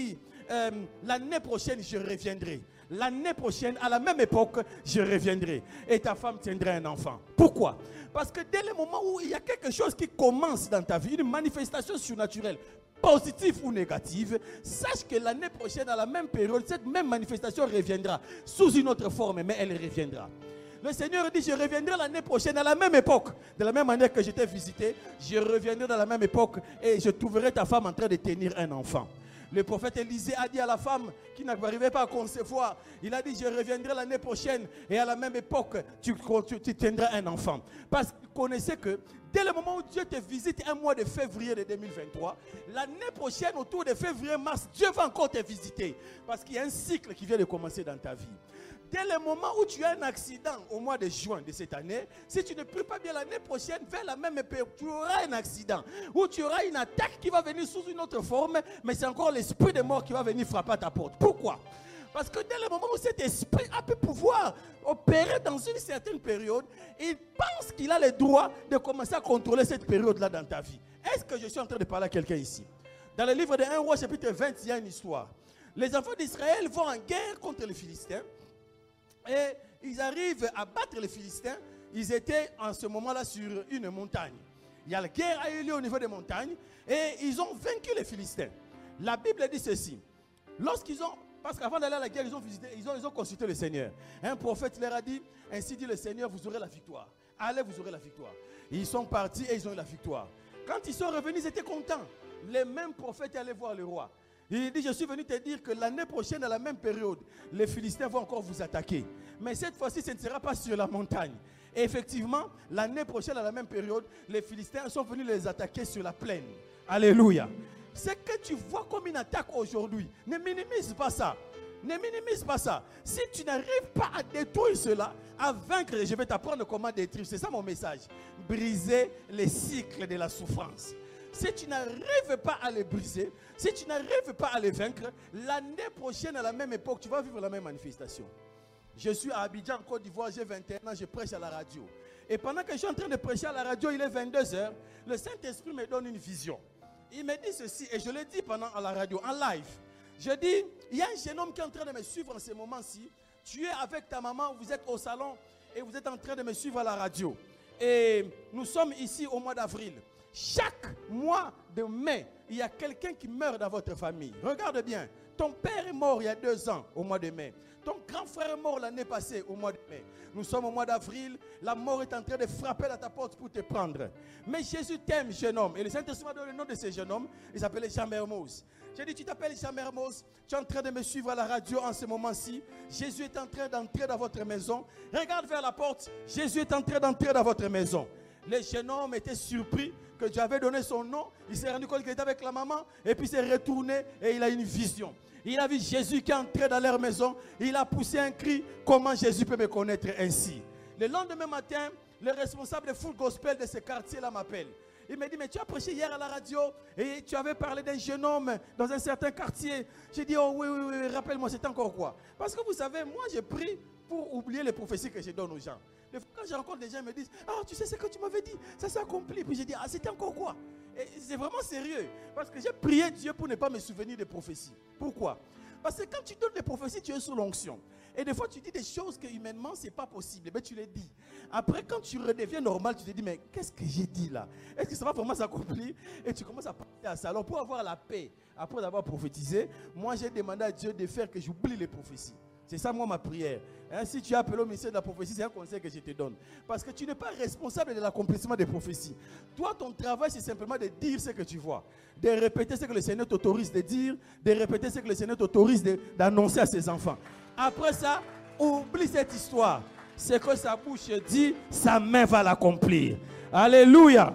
S5: l'année prochaine, je reviendrai. L'année prochaine, à la même époque, je reviendrai. Et ta femme tiendra un enfant. Pourquoi? Parce que dès le moment où il y a quelque chose qui commence dans ta vie, une manifestation surnaturelle, positive ou négative, sache que l'année prochaine, à la même période, cette même manifestation reviendra sous une autre forme, mais elle reviendra. Le Seigneur dit, je reviendrai l'année prochaine à la même époque. De la même manière que je t'ai visité, je reviendrai dans la même époque et je trouverai ta femme en train de tenir un enfant. Le prophète Élisée a dit à la femme qui n'arrivait pas à concevoir, il a dit, je reviendrai l'année prochaine et à la même époque, tu tiendras un enfant. Parce que vous connaissez que dès le moment où Dieu te visite un mois de février de 2023, l'année prochaine, autour de février-mars, Dieu va encore te visiter. Parce qu'il y a un cycle qui vient de commencer dans ta vie. Dès le moment où tu as un accident au mois de juin de cette année, si tu ne pries pas bien l'année prochaine, vers la même période, tu auras un accident. Ou tu auras une attaque qui va venir sous une autre forme, mais c'est encore l'esprit de mort qui va venir frapper à ta porte. Pourquoi? Parce que dès le moment où cet esprit a pu pouvoir opérer dans une certaine période, il pense qu'il a le droit de commencer à contrôler cette période-là dans ta vie. Est-ce que je suis en train de parler à quelqu'un ici? Dans le livre de 1 Roi chapitre 20, il y a une histoire. Les enfants d'Israël vont en guerre contre les Philistins. Et ils arrivent à battre les Philistins. Ils étaient en ce moment-là sur une montagne. La guerre a eu lieu au niveau des montagnes. Et ils ont vaincu les Philistins. La Bible dit ceci. Lorsqu'ils ont... Parce qu'avant d'aller à la guerre, ils ont consulté le Seigneur. Un prophète leur a dit, ainsi dit le Seigneur, vous aurez la victoire. Allez, vous aurez la victoire. Ils sont partis et ils ont eu la victoire. Quand ils sont revenus, ils étaient contents. Les mêmes prophètes allaient voir le roi. Il dit, je suis venu te dire que l'année prochaine, à la même période, les Philistins vont encore vous attaquer. Mais cette fois-ci, ce ne sera pas sur la montagne. Et effectivement, l'année prochaine, à la même période, les Philistins sont venus les attaquer sur la plaine. Alléluia. Ce que tu vois comme une attaque aujourd'hui, ne minimise pas ça. Ne minimise pas ça. Si tu n'arrives pas à détruire cela, à vaincre, je vais t'apprendre comment détruire. C'est ça mon message. Briser les cycles de la souffrance. Si tu n'arrives pas à les briser, si tu n'arrives pas à les vaincre, l'année prochaine, à la même époque, tu vas vivre la même manifestation. Je suis à Abidjan, en Côte d'Ivoire, j'ai 21 ans, je prêche à la radio. Et pendant que je suis en train de prêcher à la radio, il est 22 h, le Saint-Esprit me donne une vision. Il me dit ceci, et je le dis pendant à la radio, en live. Je dis, il y a un jeune homme qui est en train de me suivre en ce moment-ci. Tu es avec ta maman, vous êtes au salon, et vous êtes en train de me suivre à la radio. Et nous sommes ici au mois d'avril. Chaque mois de mai, il y a quelqu'un qui meurt dans votre famille. Regarde bien, ton père est mort il y a 2 ans au mois de mai. Ton grand frère est mort l'année passée au mois de mai. Nous sommes au mois d'avril, la mort est en train de frapper à ta porte pour te prendre. Mais Jésus t'aime, jeune homme. Et le Saint-Esprit m'a donné le nom de ce jeune homme, il s'appelait Jean Mermoz. J'ai dit, tu t'appelles Jean Mermoz, tu es en train de me suivre à la radio en ce moment-ci. Jésus est en train d'entrer dans votre maison. Regarde vers la porte, Jésus est en train d'entrer dans votre maison. Le jeune homme était surpris que Dieu avait donné son nom. Il s'est rendu compte qu'il était avec la maman. Et puis il s'est retourné et il a une vision. Il a vu Jésus qui est entré dans leur maison. Il a poussé un cri. Comment Jésus peut me connaître ainsi? Le lendemain matin, le responsable de Full Gospel de ce quartier-là m'appelle. Il me dit, mais tu as prêché hier à la radio et tu avais parlé d'un jeune homme dans un certain quartier. J'ai dit, oh oui, rappelle-moi, c'était encore quoi? Parce que vous savez, moi j'ai pris pour oublier les prophéties que je donne aux gens. Quand je rencontre des gens, ils me disent, ah, tu sais ce que tu m'avais dit, ça s'est accompli. Puis j'ai dit, ah, c'était encore quoi? Et c'est vraiment sérieux. Parce que j'ai prié Dieu pour ne pas me souvenir des prophéties. Pourquoi? Parce que quand tu donnes des prophéties, tu es sous l'onction. Et des fois, tu dis des choses que humainement, ce n'est pas possible. Mais tu les dis. Après, quand tu redeviens normal, tu te dis, mais qu'est-ce que j'ai dit là? Est-ce que ça va vraiment s'accomplir? Et tu commences à parler à ça. Alors, pour avoir la paix, après avoir prophétisé, moi, j'ai demandé à Dieu de faire que j'oublie les prophéties. C'est ça, moi, ma prière. Hein, si tu as appelé au ministère de la prophétie, c'est un conseil que je te donne. Parce que tu n'es pas responsable de l'accomplissement des prophéties. Toi, ton travail, c'est simplement de dire ce que tu vois. De répéter ce que le Seigneur t'autorise de dire. De répéter ce que le Seigneur t'autorise d'annoncer à ses enfants. Après ça, oublie cette histoire. Ce que sa bouche dit, sa main va l'accomplir. Alléluia.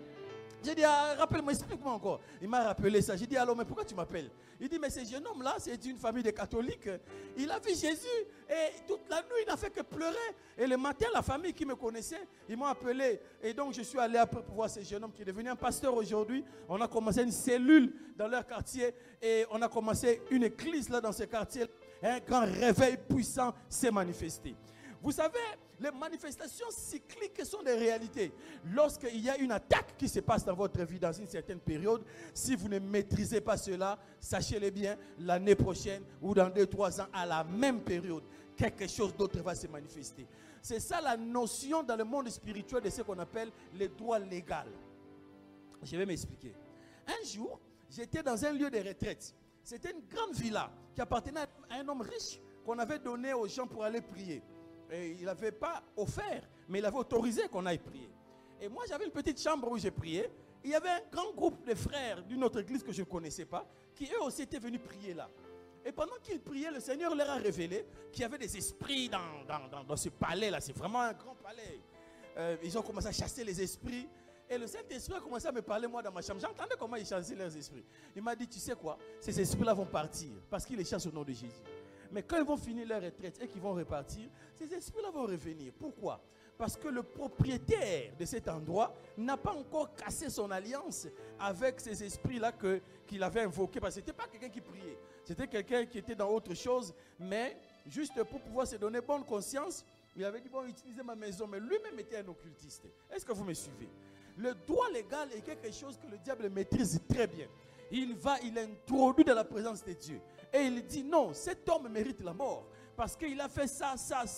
S5: J'ai dit, ah, rappelle-moi, explique-moi encore. Il m'a rappelé ça. J'ai dit, alors, mais pourquoi tu m'appelles? Il dit, mais ce jeune homme-là, c'est d'une famille de catholiques. Il a vu Jésus et toute la nuit, il n'a fait que pleurer. Et le matin, la famille qui me connaissait, ils m'ont appelé. Et donc, je suis allé après pour voir ce jeune homme qui est devenu un pasteur aujourd'hui. On a commencé une cellule dans leur quartier et on a commencé une église là dans ce quartier. Un grand réveil puissant s'est manifesté. Vous savez, Les manifestations cycliques sont des réalités. Lorsqu'il y a une attaque qui se passe dans votre vie dans une certaine période, si vous ne maîtrisez pas cela, sachez-le bien, l'année prochaine ou dans 2-3 ans, à la même période, quelque chose d'autre va se manifester. C'est ça la notion dans le monde spirituel de ce qu'on appelle le droit légal. Je vais m'expliquer. Un jour, j'étais dans un lieu de retraite. C'était une grande villa qui appartenait à un homme riche qu'on avait donné aux gens pour aller prier. Et il n'avait pas offert, mais il avait autorisé qu'on aille prier. Et moi, j'avais une petite chambre où j'ai prié. Il y avait un grand groupe de frères d'une autre église que je ne connaissais pas, qui eux aussi étaient venus prier là. Et pendant qu'ils priaient, le Seigneur leur a révélé qu'il y avait des esprits dans ce palais-là. C'est vraiment un grand palais. Ils ont commencé à chasser les esprits. Et le Saint-Esprit a commencé à me parler, moi, dans ma chambre. J'entendais comment ils chassaient leurs esprits. Il m'a dit, tu sais quoi? Ces esprits-là vont partir parce qu'ils les chassent au nom de Jésus. Mais quand ils vont finir leur retraite et qu'ils vont repartir, ces esprits-là vont revenir. Pourquoi? Parce que le propriétaire de cet endroit n'a pas encore cassé son alliance avec ces esprits-là qu'il avait invoqués. Parce que ce n'était pas quelqu'un qui priait. C'était quelqu'un qui était dans autre chose. Mais juste pour pouvoir se donner bonne conscience, il avait dit, bon, utilisez ma maison. Mais lui-même était un occultiste. Est-ce que vous me suivez? Le droit légal est quelque chose que le diable maîtrise très bien. Il introduit dans la présence de Dieu. Et il dit non, cet homme mérite la mort. Parce qu'il a fait ça.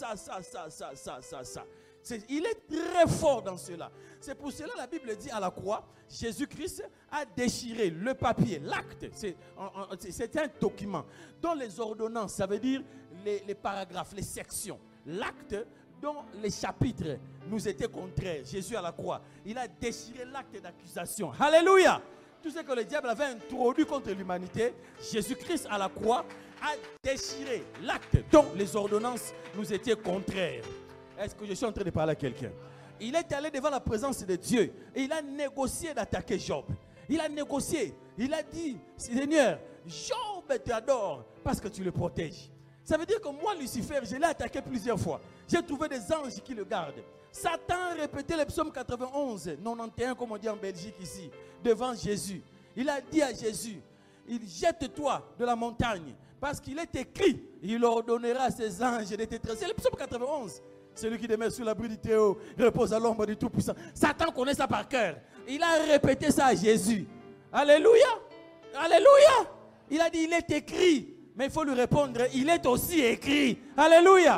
S5: Il est très fort dans cela. C'est pour cela que la Bible dit à la croix, Jésus-Christ a déchiré le papier, l'acte. C'est un document dont les ordonnances, ça veut dire les paragraphes, les sections. L'acte dont les chapitres nous étaient contraires. Jésus à la croix, il a déchiré l'acte d'accusation. Alléluia! Tout ce que le diable avait introduit contre l'humanité, Jésus-Christ à la croix a déchiré l'acte dont les ordonnances nous étaient contraires. Est-ce que je suis en train de parler à quelqu'un? Il est allé devant la présence de Dieu et il a négocié d'attaquer Job. Il a négocié. Il a dit, Seigneur, Job t'adore parce que tu le protèges. Ça veut dire que moi, Lucifer, je l'ai attaqué plusieurs fois. J'ai trouvé des anges qui le gardent. Satan a répété le psaume 91, 91 comme on dit en Belgique ici, devant Jésus. Il a dit à Jésus, il jette-toi de la montagne parce qu'il est écrit, il ordonnera à ses anges de te traiter. C'est le psaume 91. Celui qui demeure sur l'abri du Très-Haut repose à l'ombre du Tout-Puissant. Satan connaît ça par cœur. Il a répété ça à Jésus. Alléluia. Alléluia. Il a dit, il est écrit. Mais il faut lui répondre, il est aussi écrit. Alléluia.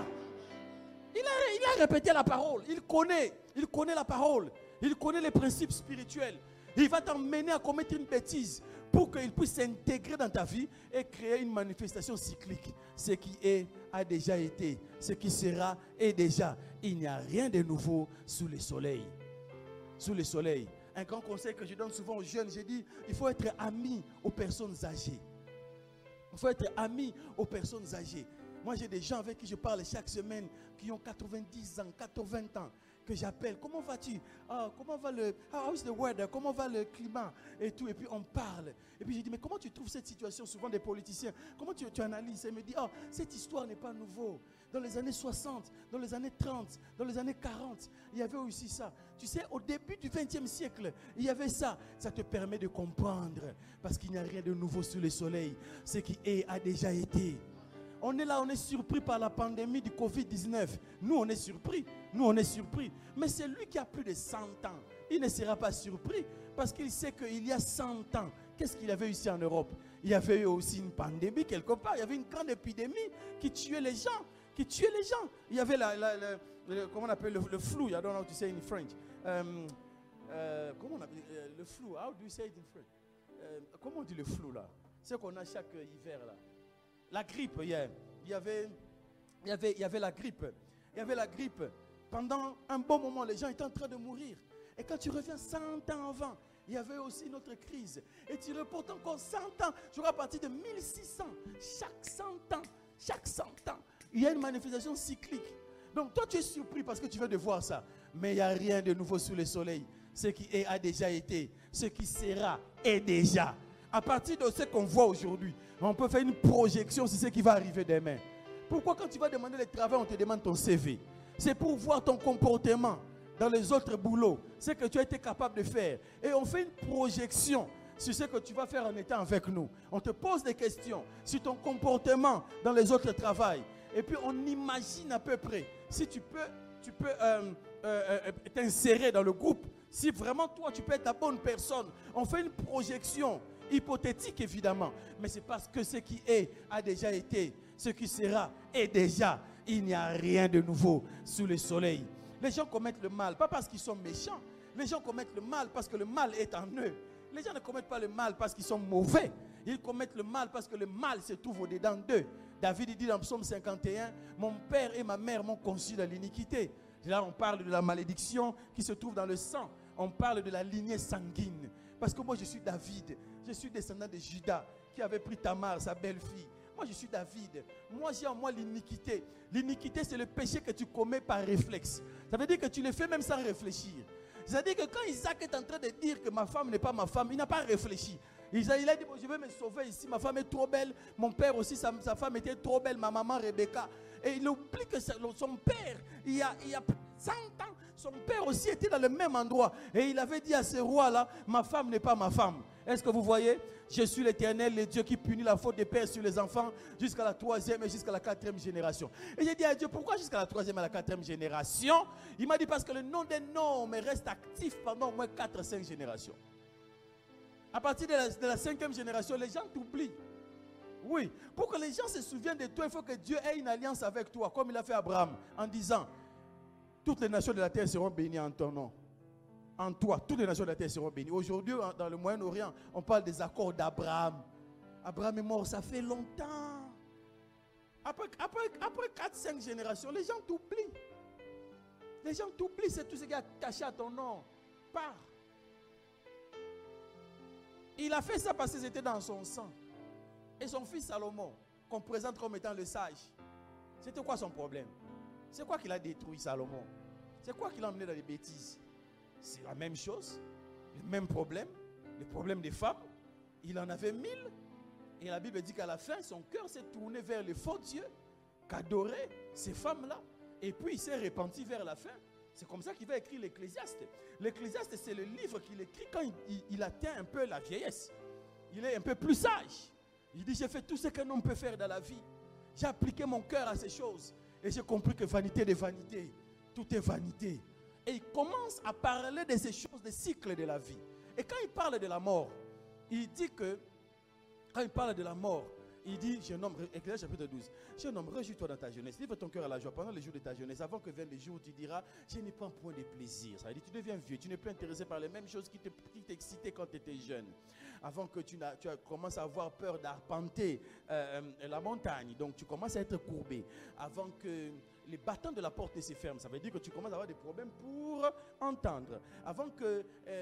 S5: Il a répété la parole. Il connaît la parole. Il connaît les principes spirituels. Il va t'emmener à commettre une bêtise pour qu'il puisse s'intégrer dans ta vie et créer une manifestation cyclique. Ce qui est, a déjà été. Ce qui sera, est déjà. Il n'y a rien de nouveau sous le soleil. Sous le soleil. Un grand conseil que je donne souvent aux jeunes, j'ai dit, il faut être ami aux personnes âgées. Il faut être ami aux personnes âgées. Moi, j'ai des gens avec qui je parle chaque semaine qui ont 90 ans, 80 ans, que j'appelle. Comment vas-tu? Comment va how is the weather? Comment va le climat? Et tout. Et puis, on parle. Et puis, je dis, mais comment tu trouves cette situation? Souvent, des politiciens, comment tu analyses? Et ils me disent, cette histoire n'est pas nouveau. Dans les années 60, dans les années 30, dans les années 40, il y avait aussi ça. Tu sais, au début du 20e siècle, il y avait ça. Ça te permet de comprendre. Parce qu'il n'y a rien de nouveau sous le soleil. Ce qui est a déjà été. On est là, on est surpris par la pandémie du Covid-19. Nous, on est surpris. Mais c'est lui qui a plus de 100 ans. Il ne sera pas surpris parce qu'il sait qu'il y a 100 ans, qu'est-ce qu'il y avait ici en Europe? Il y avait eu aussi une pandémie quelque part. Il y avait une grande épidémie qui tuait les gens. Il y avait comment on appelle le flu? I don't know how to say in French. Comment on appelle le flu? How do you say it in French? Comment on dit le flu là? C'est qu'on a chaque hiver là. La grippe, il y avait la grippe. Il y avait la grippe. Pendant un bon moment, les gens étaient en train de mourir. Et quand tu reviens 100 ans avant, il y avait aussi une autre crise. Et tu reportes encore 100 ans. Je crois à partir de 1600. Chaque 100 ans, il y a une manifestation cyclique. Donc toi, tu es surpris parce que tu viens de voir ça. Mais il n'y a rien de nouveau sous le soleil. Ce qui est a déjà été. Ce qui sera est déjà. À partir de ce qu'on voit aujourd'hui, on peut faire une projection sur ce qui va arriver demain. Pourquoi quand tu vas demander le travail, on te demande ton CV? C'est pour voir ton comportement dans les autres boulots, ce que tu as été capable de faire. Et on fait une projection sur ce que tu vas faire en étant avec nous. On te pose des questions sur ton comportement dans les autres travails. Et puis on imagine à peu près si tu peux t'insérer dans le groupe. Si vraiment toi, tu peux être la bonne personne. On fait une projection hypothétique, évidemment. Mais c'est parce que ce qui est a déjà été. Ce qui sera est déjà. Il n'y a rien de nouveau sous le soleil. Les gens commettent le mal, pas parce qu'ils sont méchants. Les gens commettent le mal parce que le mal est en eux. Les gens ne commettent pas le mal parce qu'ils sont mauvais. Ils commettent le mal parce que le mal se trouve au-dedans d'eux. David dit dans Psaume 51, « Mon père et ma mère m'ont conçu dans l'iniquité. » Là, on parle de la malédiction qui se trouve dans le sang. On parle de la lignée sanguine. Parce que moi, je suis David. Je suis descendant de Judas qui avait pris Tamar, sa belle-fille. Moi, je suis David. Moi, j'ai en moi l'iniquité. L'iniquité, c'est le péché que tu commets par réflexe. Ça veut dire que tu le fais même sans réfléchir. C'est-à-dire que quand Isaac est en train de dire que ma femme n'est pas ma femme, il n'a pas réfléchi. Il a dit, bon, je vais me sauver ici, ma femme est trop belle. Mon père aussi, sa femme était trop belle, ma maman Rebecca. Et il oublie que son père, il y a 100 ans, son père aussi était dans le même endroit. Et il avait dit à ce roi-là, ma femme n'est pas ma femme. Est-ce que vous voyez? Je suis l'Éternel, le Dieu qui punit la faute des pères sur les enfants jusqu'à la 3e et jusqu'à la 4e génération. Et j'ai dit à Dieu, pourquoi jusqu'à la 3e et la 4e génération? Il m'a dit parce que le nom d'un homme reste actif pendant au moins 4-5 générations. À partir de la 5e génération, les gens t'oublient. Oui, pour que les gens se souviennent de toi, il faut que Dieu ait une alliance avec toi, comme il a fait Abraham, en disant, toutes les nations de la terre seront bénies en ton nom. En toi, toutes les nations de la terre seront bénies. Aujourd'hui, dans le Moyen-Orient, on parle des accords d'Abraham. Abraham est mort, ça fait longtemps. Après 4-5 générations, les gens t'oublient. Les gens t'oublient, c'est tout ce qui est caché à ton nom. Pars. Il a fait ça parce que c'était dans son sang. Et son fils Salomon, qu'on présente comme étant le sage, c'était quoi son problème? C'est quoi qu'il a détruit Salomon? C'est quoi qu'il a emmené dans les bêtises? C'est la même chose, le même problème, le problème des femmes. Il en avait 1000. Et la Bible dit qu'à la fin, son cœur s'est tourné vers les faux dieux, qu'adoraient ces femmes-là. Et puis il s'est repenti vers la fin. C'est comme ça qu'il va écrire l'Ecclésiaste. L'Ecclésiaste, c'est le livre qu'il écrit quand il atteint un peu la vieillesse. Il est un peu plus sage. Il dit, j'ai fait tout ce qu'un homme peut faire dans la vie. J'ai appliqué mon cœur à ces choses. Et j'ai compris que vanité de vanité, tout est vanité. Et il commence à parler de ces choses, des cycles de la vie. Et quand il parle de la mort, il dit que, quand il parle de la mort, il dit, jeune homme, Ecclésiaste chapitre 12, jeune homme, réjouis-toi dans ta jeunesse, livre ton cœur à la joie pendant les jours de ta jeunesse, avant que viennent les jours où tu diras, je n'ai pas un point de plaisir. Ça veut dire, tu deviens vieux, tu n'es plus intéressé par les mêmes choses qui t'excitaient quand tu étais jeune. Avant que tu commences à avoir peur d'arpenter la montagne, donc tu commences à être courbé. Avant que les battants de la porte se ferment, ça veut dire que tu commences à avoir des problèmes pour entendre. Avant que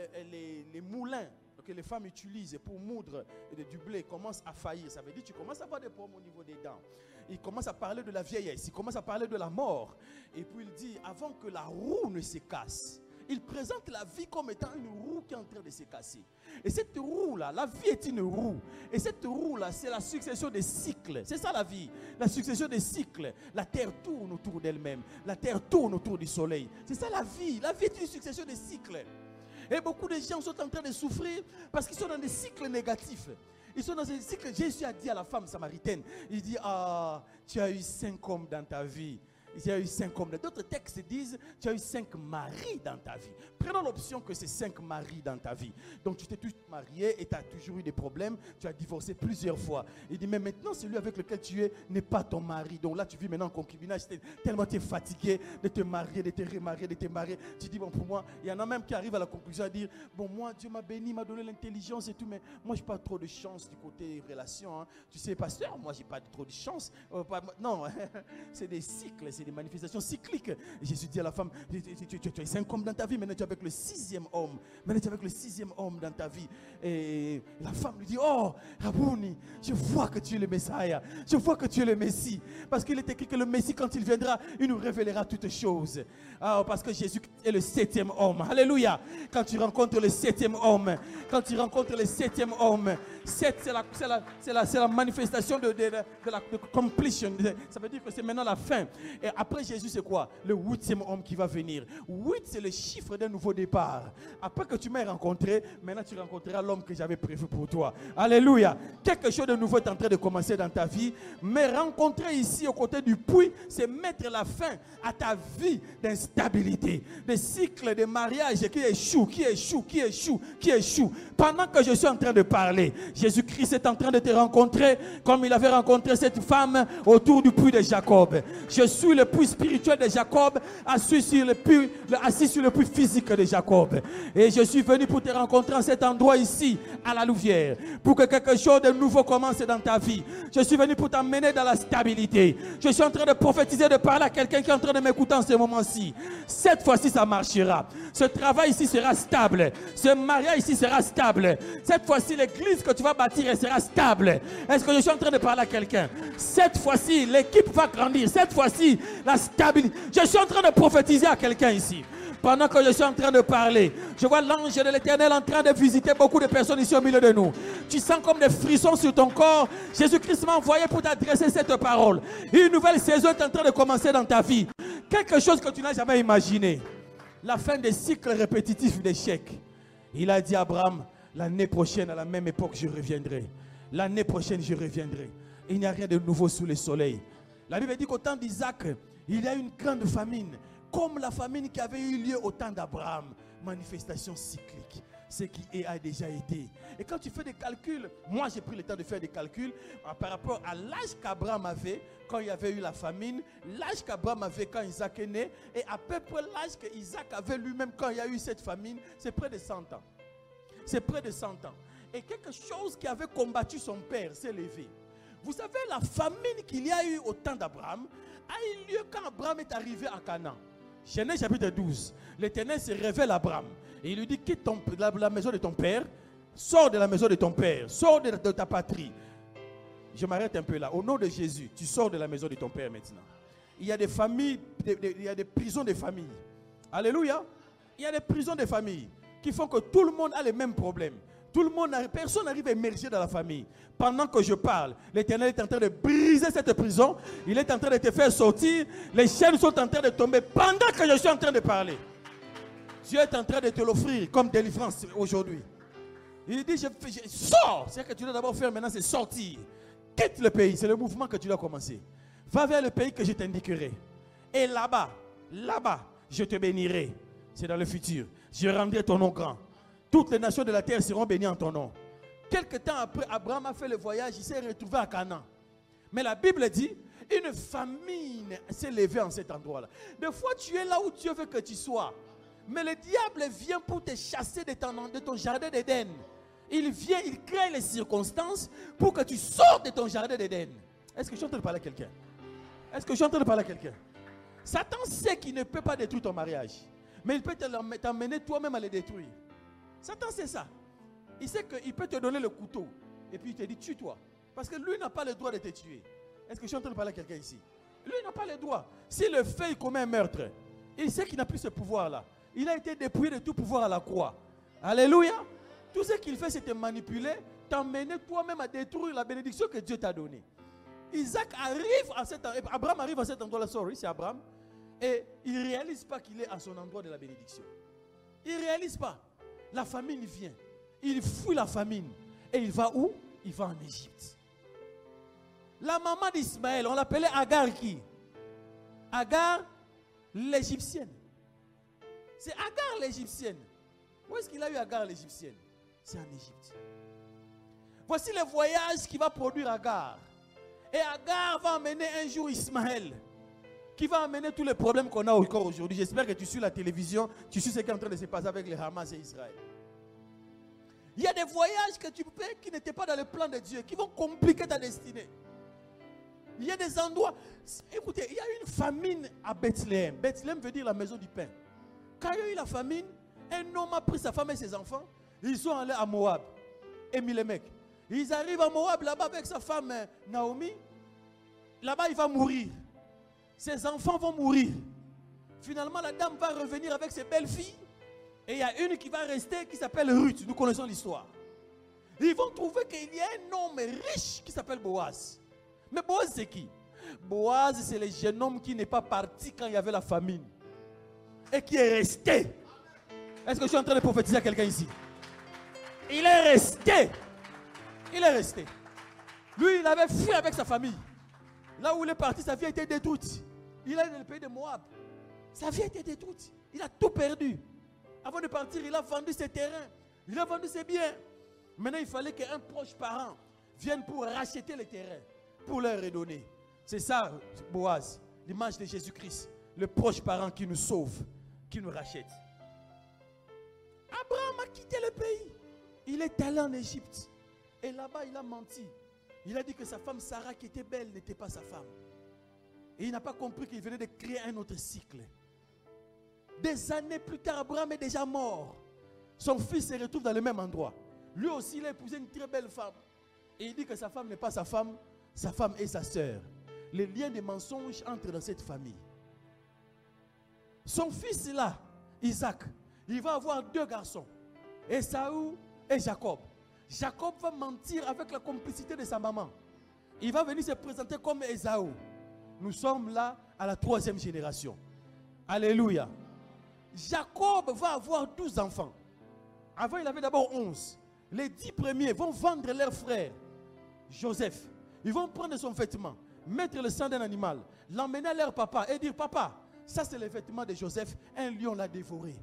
S5: les moulins que les femmes utilisent pour moudre du blé commencent à faillir, ça veut dire que tu commences à avoir des problèmes au niveau des dents. Il commence à parler de la vieillesse, il commence à parler de la mort. Et puis il dit, avant que la roue ne se casse, il présente la vie comme étant une roue qui est en train de se casser. Et cette roue-là, la vie est une roue. Et cette roue-là, c'est la succession des cycles. C'est ça la vie, la succession des cycles. La terre tourne autour d'elle-même. La terre tourne autour du soleil. C'est ça la vie. La vie est une succession des cycles. Et beaucoup de gens sont en train de souffrir parce qu'ils sont dans des cycles négatifs. Ils sont dans des cycles. Jésus a dit à la femme samaritaine, il dit, ah, tu as eu 5 hommes dans ta vie. Il y a eu 5 hommes. D'autres textes disent, tu as eu 5 maris dans ta vie. Prenons l'option que c'est 5 maris dans ta vie. Donc tu t'es toujours marié et tu as toujours eu des problèmes. Tu as divorcé plusieurs fois. Il dit, mais maintenant celui avec lequel tu es n'est pas ton mari. Donc là tu vis maintenant en concubinage. Tellement tu es fatigué de te marier, de te remarier, de te marier. Tu dis, bon pour moi, il y en a même qui arrivent à la conclusion à dire, bon moi Dieu m'a béni, m'a donné l'intelligence et tout, mais moi je n'ai pas trop de chance du côté relation. Hein. Tu sais pasteur, moi je n'ai pas trop de chance. Non, c'est des cycles, c'est des manifestations cycliques. Et Jésus dit à la femme, tu as 5 hommes dans ta vie, maintenant tu es avec le 6e homme. Maintenant tu es avec le 6e homme dans ta vie. Et la femme lui dit, oh Rabouni, je vois que tu es le Messie. Je vois que tu es le Messie. Parce qu'il est écrit que le Messie, quand il viendra, il nous révélera toutes choses. Parce que Jésus est le 7e homme. Alléluia. Quand tu rencontres le 7e homme, quand tu rencontres le 7e homme, 7 c'est la manifestation de la completion. Ça veut dire que c'est maintenant la fin. Et après Jésus, c'est quoi? Le 8e homme qui va venir. 8, c'est le chiffre d'un nouveau nouveau départ. Après que tu m'aies rencontré, maintenant tu rencontreras l'homme que j'avais prévu pour toi. Alléluia. Quelque chose de nouveau est en train de commencer dans ta vie. Mais rencontrer ici, aux côtés du puits, c'est mettre la fin à ta vie d'instabilité. Des cycles de mariage qui échouent, qui échouent, qui échouent, qui échouent. Pendant que je suis en train de parler, Jésus-Christ est en train de te rencontrer comme il avait rencontré cette femme autour du puits de Jacob. Je suis le puits spirituel de Jacob, assis sur le puits physique de Jacob. Et je suis venu pour te rencontrer en cet endroit ici, à la Louvière, pour que quelque chose de nouveau commence dans ta vie. Je suis venu pour t'emmener dans la stabilité. Je suis en train de prophétiser, de parler à quelqu'un qui est en train de m'écouter en ce moment-ci. Cette fois-ci, ça marchera. Ce travail ici sera stable. Ce mariage ici sera stable. Cette fois-ci, l'église que tu vas bâtir, elle sera stable. Est-ce que je suis en train de parler à quelqu'un? Cette fois-ci, l'équipe va grandir. Cette fois-ci, la stabilité. Je suis en train de prophétiser à quelqu'un ici. Pendant que je suis en train de parler, je vois l'ange de l'Éternel en train de visiter beaucoup de personnes ici au milieu de nous. Tu sens comme des frissons sur ton corps. Jésus-Christ m'a envoyé pour t'adresser cette parole. Une nouvelle saison est en train de commencer dans ta vie. Quelque chose que tu n'as jamais imaginé. La fin des cycles répétitifs d'échecs. Il a dit à Abraham, l'année prochaine, à la même époque, je reviendrai. L'année prochaine, je reviendrai. Il n'y a rien de nouveau sous le soleil. La Bible dit qu'au temps d'Isaac, il y a une grande famine. Comme la famine qui avait eu lieu au temps d'Abraham. Manifestation cyclique. Ce qui a déjà été. Et quand tu fais des calculs, moi j'ai pris le temps de faire des calculs par rapport à l'âge qu'Abraham avait quand il y avait eu la famine, l'âge qu'Abraham avait quand Isaac est né, et à peu près l'âge qu'Isaac avait lui-même quand il y a eu cette famine, c'est près de 100 ans. C'est près de 100 ans. Et quelque chose qui avait combattu son père s'est levé. Vous savez, la famine qu'il y a eu au temps d'Abraham a eu lieu quand Abraham est arrivé à Canaan. Genèse chapitre 12. L'Éternel se révèle à Abraham. Et il lui dit, quitte la maison de ton père, sors de la maison de ton père, sors de ta patrie. Je m'arrête un peu là. Au nom de Jésus, tu sors de la maison de ton père maintenant. Il y a des familles, il y a des prisons de famille. Alléluia. Il y a des prisons de famille qui font que tout le monde a les mêmes problèmes. Personne n'arrive à émerger dans la famille. Pendant que je parle, l'Éternel est en train de briser cette prison. Il est en train de te faire sortir. Les chaînes sont en train de tomber pendant que je suis en train de parler. Dieu est en train de te l'offrir comme délivrance aujourd'hui. Il dit, je sors. C'est ce que tu dois d'abord faire maintenant, c'est sortir. Quitte le pays. C'est le mouvement que tu dois commencer. Va vers le pays que je t'indiquerai. Et là-bas, je te bénirai. C'est dans le futur. Je rendrai ton nom grand. Toutes les nations de la terre seront bénies en ton nom. Quelque temps après, Abraham a fait le voyage, il s'est retrouvé à Canaan. Mais la Bible dit, une famine s'est levée en cet endroit-là. Des fois, tu es là où Dieu veut que tu sois. Mais le diable vient pour te chasser de ton jardin d'Éden. Il vient, il crée les circonstances pour que tu sortes de ton jardin d'Éden. Est-ce que je suis en train de parler à quelqu'un? Est-ce que je suis en train de parler à quelqu'un? Satan sait qu'il ne peut pas détruire ton mariage. Mais il peut t'emmener toi-même à le détruire. Satan sait ça. Il sait qu'il peut te donner le couteau. Et puis il te dit, tue-toi. Parce que lui n'a pas le droit de te tuer. Est-ce que je suis en train de parler à quelqu'un ici? Lui n'a pas le droit. S'il le fait, il commet un meurtre. Il sait qu'il n'a plus ce pouvoir-là. Il a été dépouillé de tout pouvoir à la croix. Alléluia. Tout ce qu'il fait, c'est te manipuler, t'emmener toi-même à détruire la bénédiction que Dieu t'a donnée. Abraham arrive à cet endroit-là, c'est Abraham. Et il ne réalise pas qu'il est à son endroit de la bénédiction. Il ne réalise pas. La famine vient. Il fuit la famine. Et il va où? Il va en Égypte. La maman d'Ismaël, on l'appelait Agar qui? Agar l'Égyptienne. C'est Agar l'Égyptienne. Où est-ce qu'il a eu Agar l'Égyptienne? C'est en Égypte. Voici le voyage qui va produire Agar. Et Agar va amener un jour Ismaël, qui va amener tous les problèmes qu'on a encore aujourd'hui. J'espère que tu suis la télévision, tu suis ce qui est en train de se passer avec les Hamas et Israël. Il y a des voyages que tu fais qui n'étaient pas dans le plan de Dieu, qui vont compliquer ta destinée. Il y a des endroits. Écoutez, il y a une famine à Bethléem. Bethléem veut dire la maison du pain. Quand il y a eu la famine, un homme a pris sa femme et ses enfants. Ils sont allés à Moab. Émilémec. Ils arrivent à Moab là-bas avec sa femme Naomi. Là-bas, il va mourir. Ses enfants vont mourir. Finalement, la dame va revenir avec ses belles filles. Et il y a une qui va rester qui s'appelle Ruth. Nous connaissons l'histoire. Ils vont trouver qu'il y a un homme riche qui s'appelle Boaz. Mais Boaz, c'est qui? Boaz, c'est le jeune homme qui n'est pas parti quand il y avait la famine. Et qui est resté. Est-ce que je suis en train de prophétiser à quelqu'un ici? Il est resté. Il est resté. Lui, il avait fui avec sa famille. Là où il est parti, sa vie a été détruite. Il est dans le pays de Moab. Sa vie a été détruite. Il a tout perdu. Avant de partir, il a vendu ses terrains. Il a vendu ses biens. Maintenant, il fallait qu'un proche parent vienne pour racheter les terrains, pour leur redonner. C'est ça, Boaz, l'image de Jésus-Christ. Le proche parent qui nous sauve, qui nous rachète. Abraham a quitté le pays. Il est allé en Égypte. Et là-bas, il a menti. Il a dit que sa femme Sarah, qui était belle, n'était pas sa femme. Et il n'a pas compris qu'il venait de créer un autre cycle. Des années plus tard, Abraham est déjà mort. Son fils se retrouve dans le même endroit. Lui aussi, il a épousé une très belle femme. Et il dit que sa femme n'est pas sa femme est sa sœur. Les liens de mensonges entrent dans cette famille. Son fils là, Isaac, il va avoir 2 garçons, Ésaü et Jacob. Jacob va mentir avec la complicité de sa maman. Il va venir se présenter comme Ésaü. Nous sommes là à la 3e génération. Alléluia. Jacob va avoir 12 enfants. Avant, il avait d'abord 11. Les 10 premiers vont vendre leur frère, Joseph. Ils vont prendre son vêtement, mettre le sang d'un animal, l'emmener à leur papa et dire, papa, ça c'est le vêtement de Joseph, un lion l'a dévoré.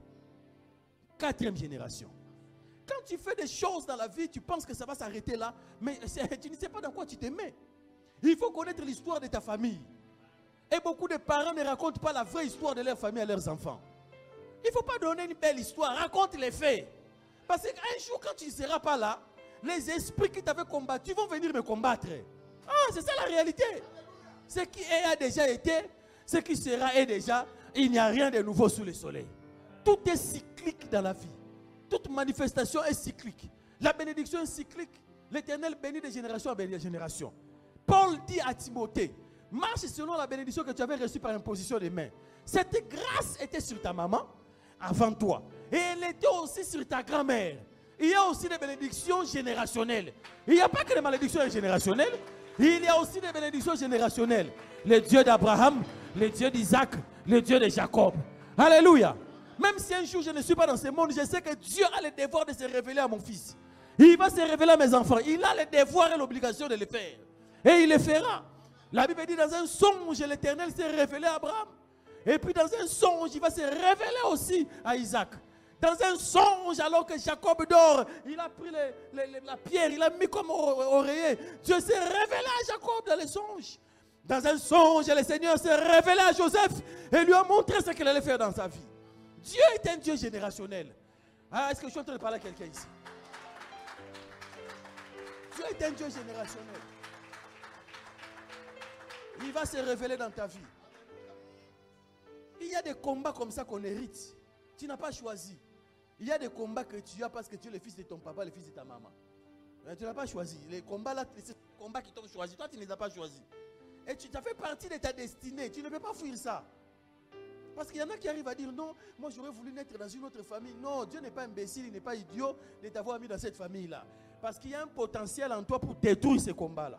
S5: 4e génération. Quand tu fais des choses dans la vie, tu penses que ça va s'arrêter là, mais tu ne sais pas dans quoi tu te mets. Il faut connaître l'histoire de ta famille. Et beaucoup de parents ne racontent pas la vraie histoire de leur famille à leurs enfants. Il ne faut pas donner une belle histoire, raconte les faits. Parce qu'un jour, quand tu ne seras pas là, les esprits qui t'avaient combattu vont venir me combattre. Ah, c'est ça la réalité. Ce qui est a déjà été, ce qui sera est déjà, il n'y a rien de nouveau sous le soleil. Tout est cyclique dans la vie. Toute manifestation est cyclique. La bénédiction est cyclique. L'Éternel bénit de génération en génération. Paul dit à Timothée, marche selon la bénédiction que tu avais reçue par imposition des mains. Cette grâce était sur ta maman avant toi. Et elle était aussi sur ta grand-mère. Il y a aussi des bénédictions générationnelles. Il n'y a pas que des malédictions générationnelles. Il y a aussi des bénédictions générationnelles. Le Dieu d'Abraham, le Dieu d'Isaac, le Dieu de Jacob. Alléluia. Même si un jour je ne suis pas dans ce monde, je sais que Dieu a le devoir de se révéler à mon fils. Il va se révéler à mes enfants. Il a le devoir et l'obligation de le faire. Et il le fera. La Bible dit dans un songe, l'Éternel s'est révélé à Abraham. Et puis dans un songe, il va se révéler aussi à Isaac. Dans un songe, alors que Jacob dort, il a pris la pierre, il a mis comme oreiller. Dieu s'est révélé à Jacob dans le songe. Dans un songe, le Seigneur s'est révélé à Joseph et lui a montré ce qu'il allait faire dans sa vie. Dieu est un Dieu générationnel. Ah, est-ce que je suis en train de parler à quelqu'un ici? Dieu est un Dieu générationnel. Il va se révéler dans ta vie. Il y a des combats comme ça qu'on hérite. Tu n'as pas choisi. Il y a des combats que tu as parce que tu es le fils de ton papa, le fils de ta maman. Mais tu n'as pas choisi. Les combats là, c'est des combats qui t'ont choisi. Toi, tu ne les as pas choisis. Et tu as fait partie de ta destinée. Tu ne peux pas fuir ça. Parce qu'il y en a qui arrivent à dire non, moi j'aurais voulu naître dans une autre famille. Non, Dieu n'est pas imbécile, il n'est pas idiot de t'avoir mis dans cette famille-là. Parce qu'il y a un potentiel en toi pour détruire ces combats-là.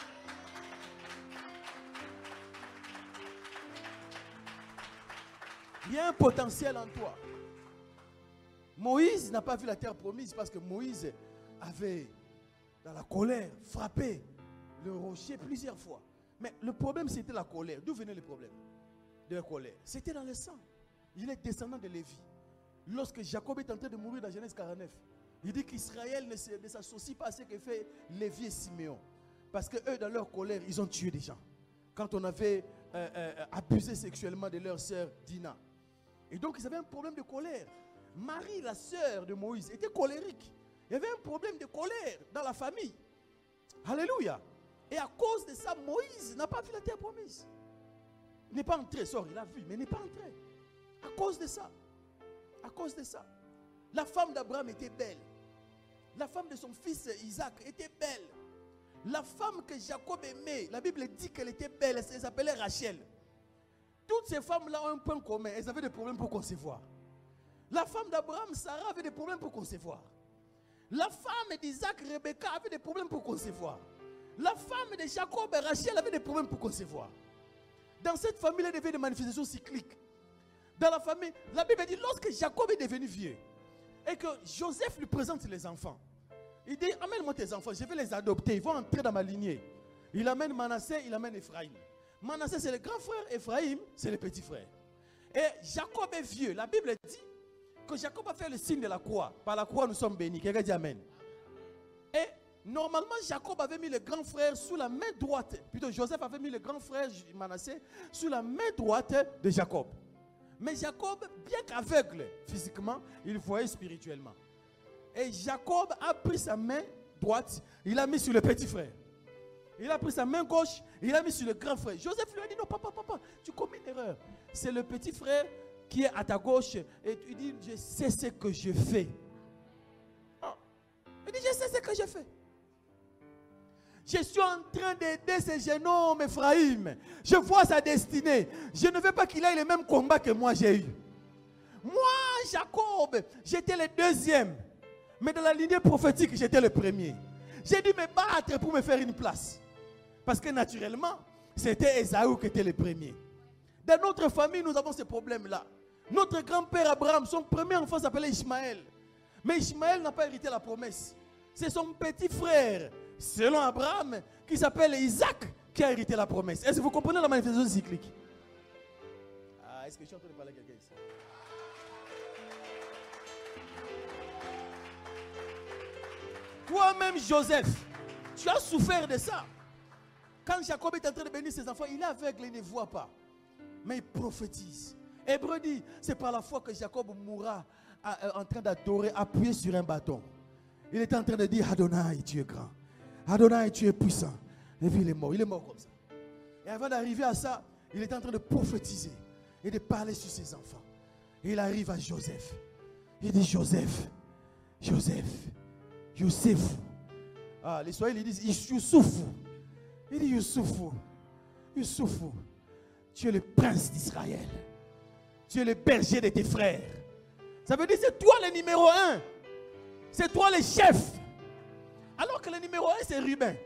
S5: Il y a un potentiel en toi. Moïse n'a pas vu la terre promise parce que Moïse avait, dans la colère, frappé le rocher plusieurs fois. Mais le problème, c'était la colère. D'où venait le problème de la colère? C'était dans le sang. Il est descendant de Lévi. Lorsque Jacob est en train de mourir dans Genèse 49, il dit qu'Israël ne s'associe pas à ce que fait Lévi et Siméon. Parce que eux, dans leur colère, ils ont tué des gens. Quand on avait abusé sexuellement de leur sœur Dina. Et donc, ils avaient un problème de colère. Marie, la sœur de Moïse, était colérique. Il y avait un problème de colère dans la famille. Alléluia. Et à cause de ça, Moïse n'a pas vu la terre promise. Il n'est pas entré, il a vu, mais il n'est pas entré. À cause de ça. À cause de ça. La femme d'Abraham était belle. La femme de son fils Isaac était belle. La femme que Jacob aimait, la Bible dit qu'elle était belle, elle s'appelait Rachel. Toutes ces femmes-là ont un point commun, elles avaient des problèmes pour concevoir. La femme d'Abraham, Sarah, avait des problèmes pour concevoir. La femme d'Isaac, Rebecca, avait des problèmes pour concevoir. La femme de Jacob, Rachel, avait des problèmes pour concevoir. Dans cette famille, il y avait des manifestations cycliques. Dans la famille, la Bible dit, lorsque Jacob est devenu vieux, Et que Joseph lui présente les enfants. Il dit, amène-moi tes enfants, je vais les adopter, ils vont entrer dans ma lignée. Il amène Manassé, il amène Ephraïm. Manassé, c'est le grand frère, Ephraïm, c'est le petit frère. Et Jacob est vieux. La Bible dit que Jacob a fait le signe de la croix. Par la croix, nous sommes bénis. Quelqu'un dit Amen. Et normalement, Jacob avait mis le grand frère sous la main droite. Plutôt, Joseph avait mis le grand frère Manassé sous la main droite de Jacob. Mais Jacob, bien qu'aveugle physiquement, il voyait spirituellement. Et Jacob a pris sa main droite, il a mis sur le petit frère. Il a pris sa main gauche, il a mis sur le grand frère. Joseph lui a dit, non, papa, tu commets une erreur. C'est le petit frère qui est à ta gauche. Et il dit, je sais ce que je fais. Il dit, je sais ce que je fais. Je suis en train d'aider ce jeune homme, Ephraïm. Je vois sa destinée. Je ne veux pas qu'il ait le même combat que moi j'ai eu. Moi, Jacob, j'étais le deuxième. Mais dans la lignée prophétique, j'étais le premier. J'ai dû me battre pour me faire une place. Parce que naturellement, c'était Ésaü qui était le premier. Dans notre famille, nous avons ce problème-là. Notre grand-père Abraham, son premier enfant s'appelait Ishmaël. Mais Ishmaël n'a pas hérité la promesse. C'est son petit frère, selon Abraham, qui s'appelle Isaac, qui a hérité la promesse. Est-ce que vous comprenez la manifestation cyclique? Est-ce que je suis en train de parler à quelqu'un ici? Toi-même, Joseph, tu as souffert de ça. Quand Jacob est en train de bénir ses enfants, il est aveugle, il ne voit pas. Mais il prophétise. Hébreu dit, c'est par la foi que Jacob mourra en train d'adorer, appuyé sur un bâton. Il est en train de dire, Adonai, tu es grand. Adonai, tu es puissant. Et puis il est mort comme ça. Et avant d'arriver à ça, il est en train de prophétiser et de parler sur ses enfants. Et il arrive à Joseph. Il dit, Joseph. Les Swahili disent Youssouf. Il dit Youssouf, tu es le prince d'Israël. Tu es le berger de tes frères. Ça veut dire c'est toi le numéro 1. C'est toi le chef. Alors que le numéro 1 c'est Ruben.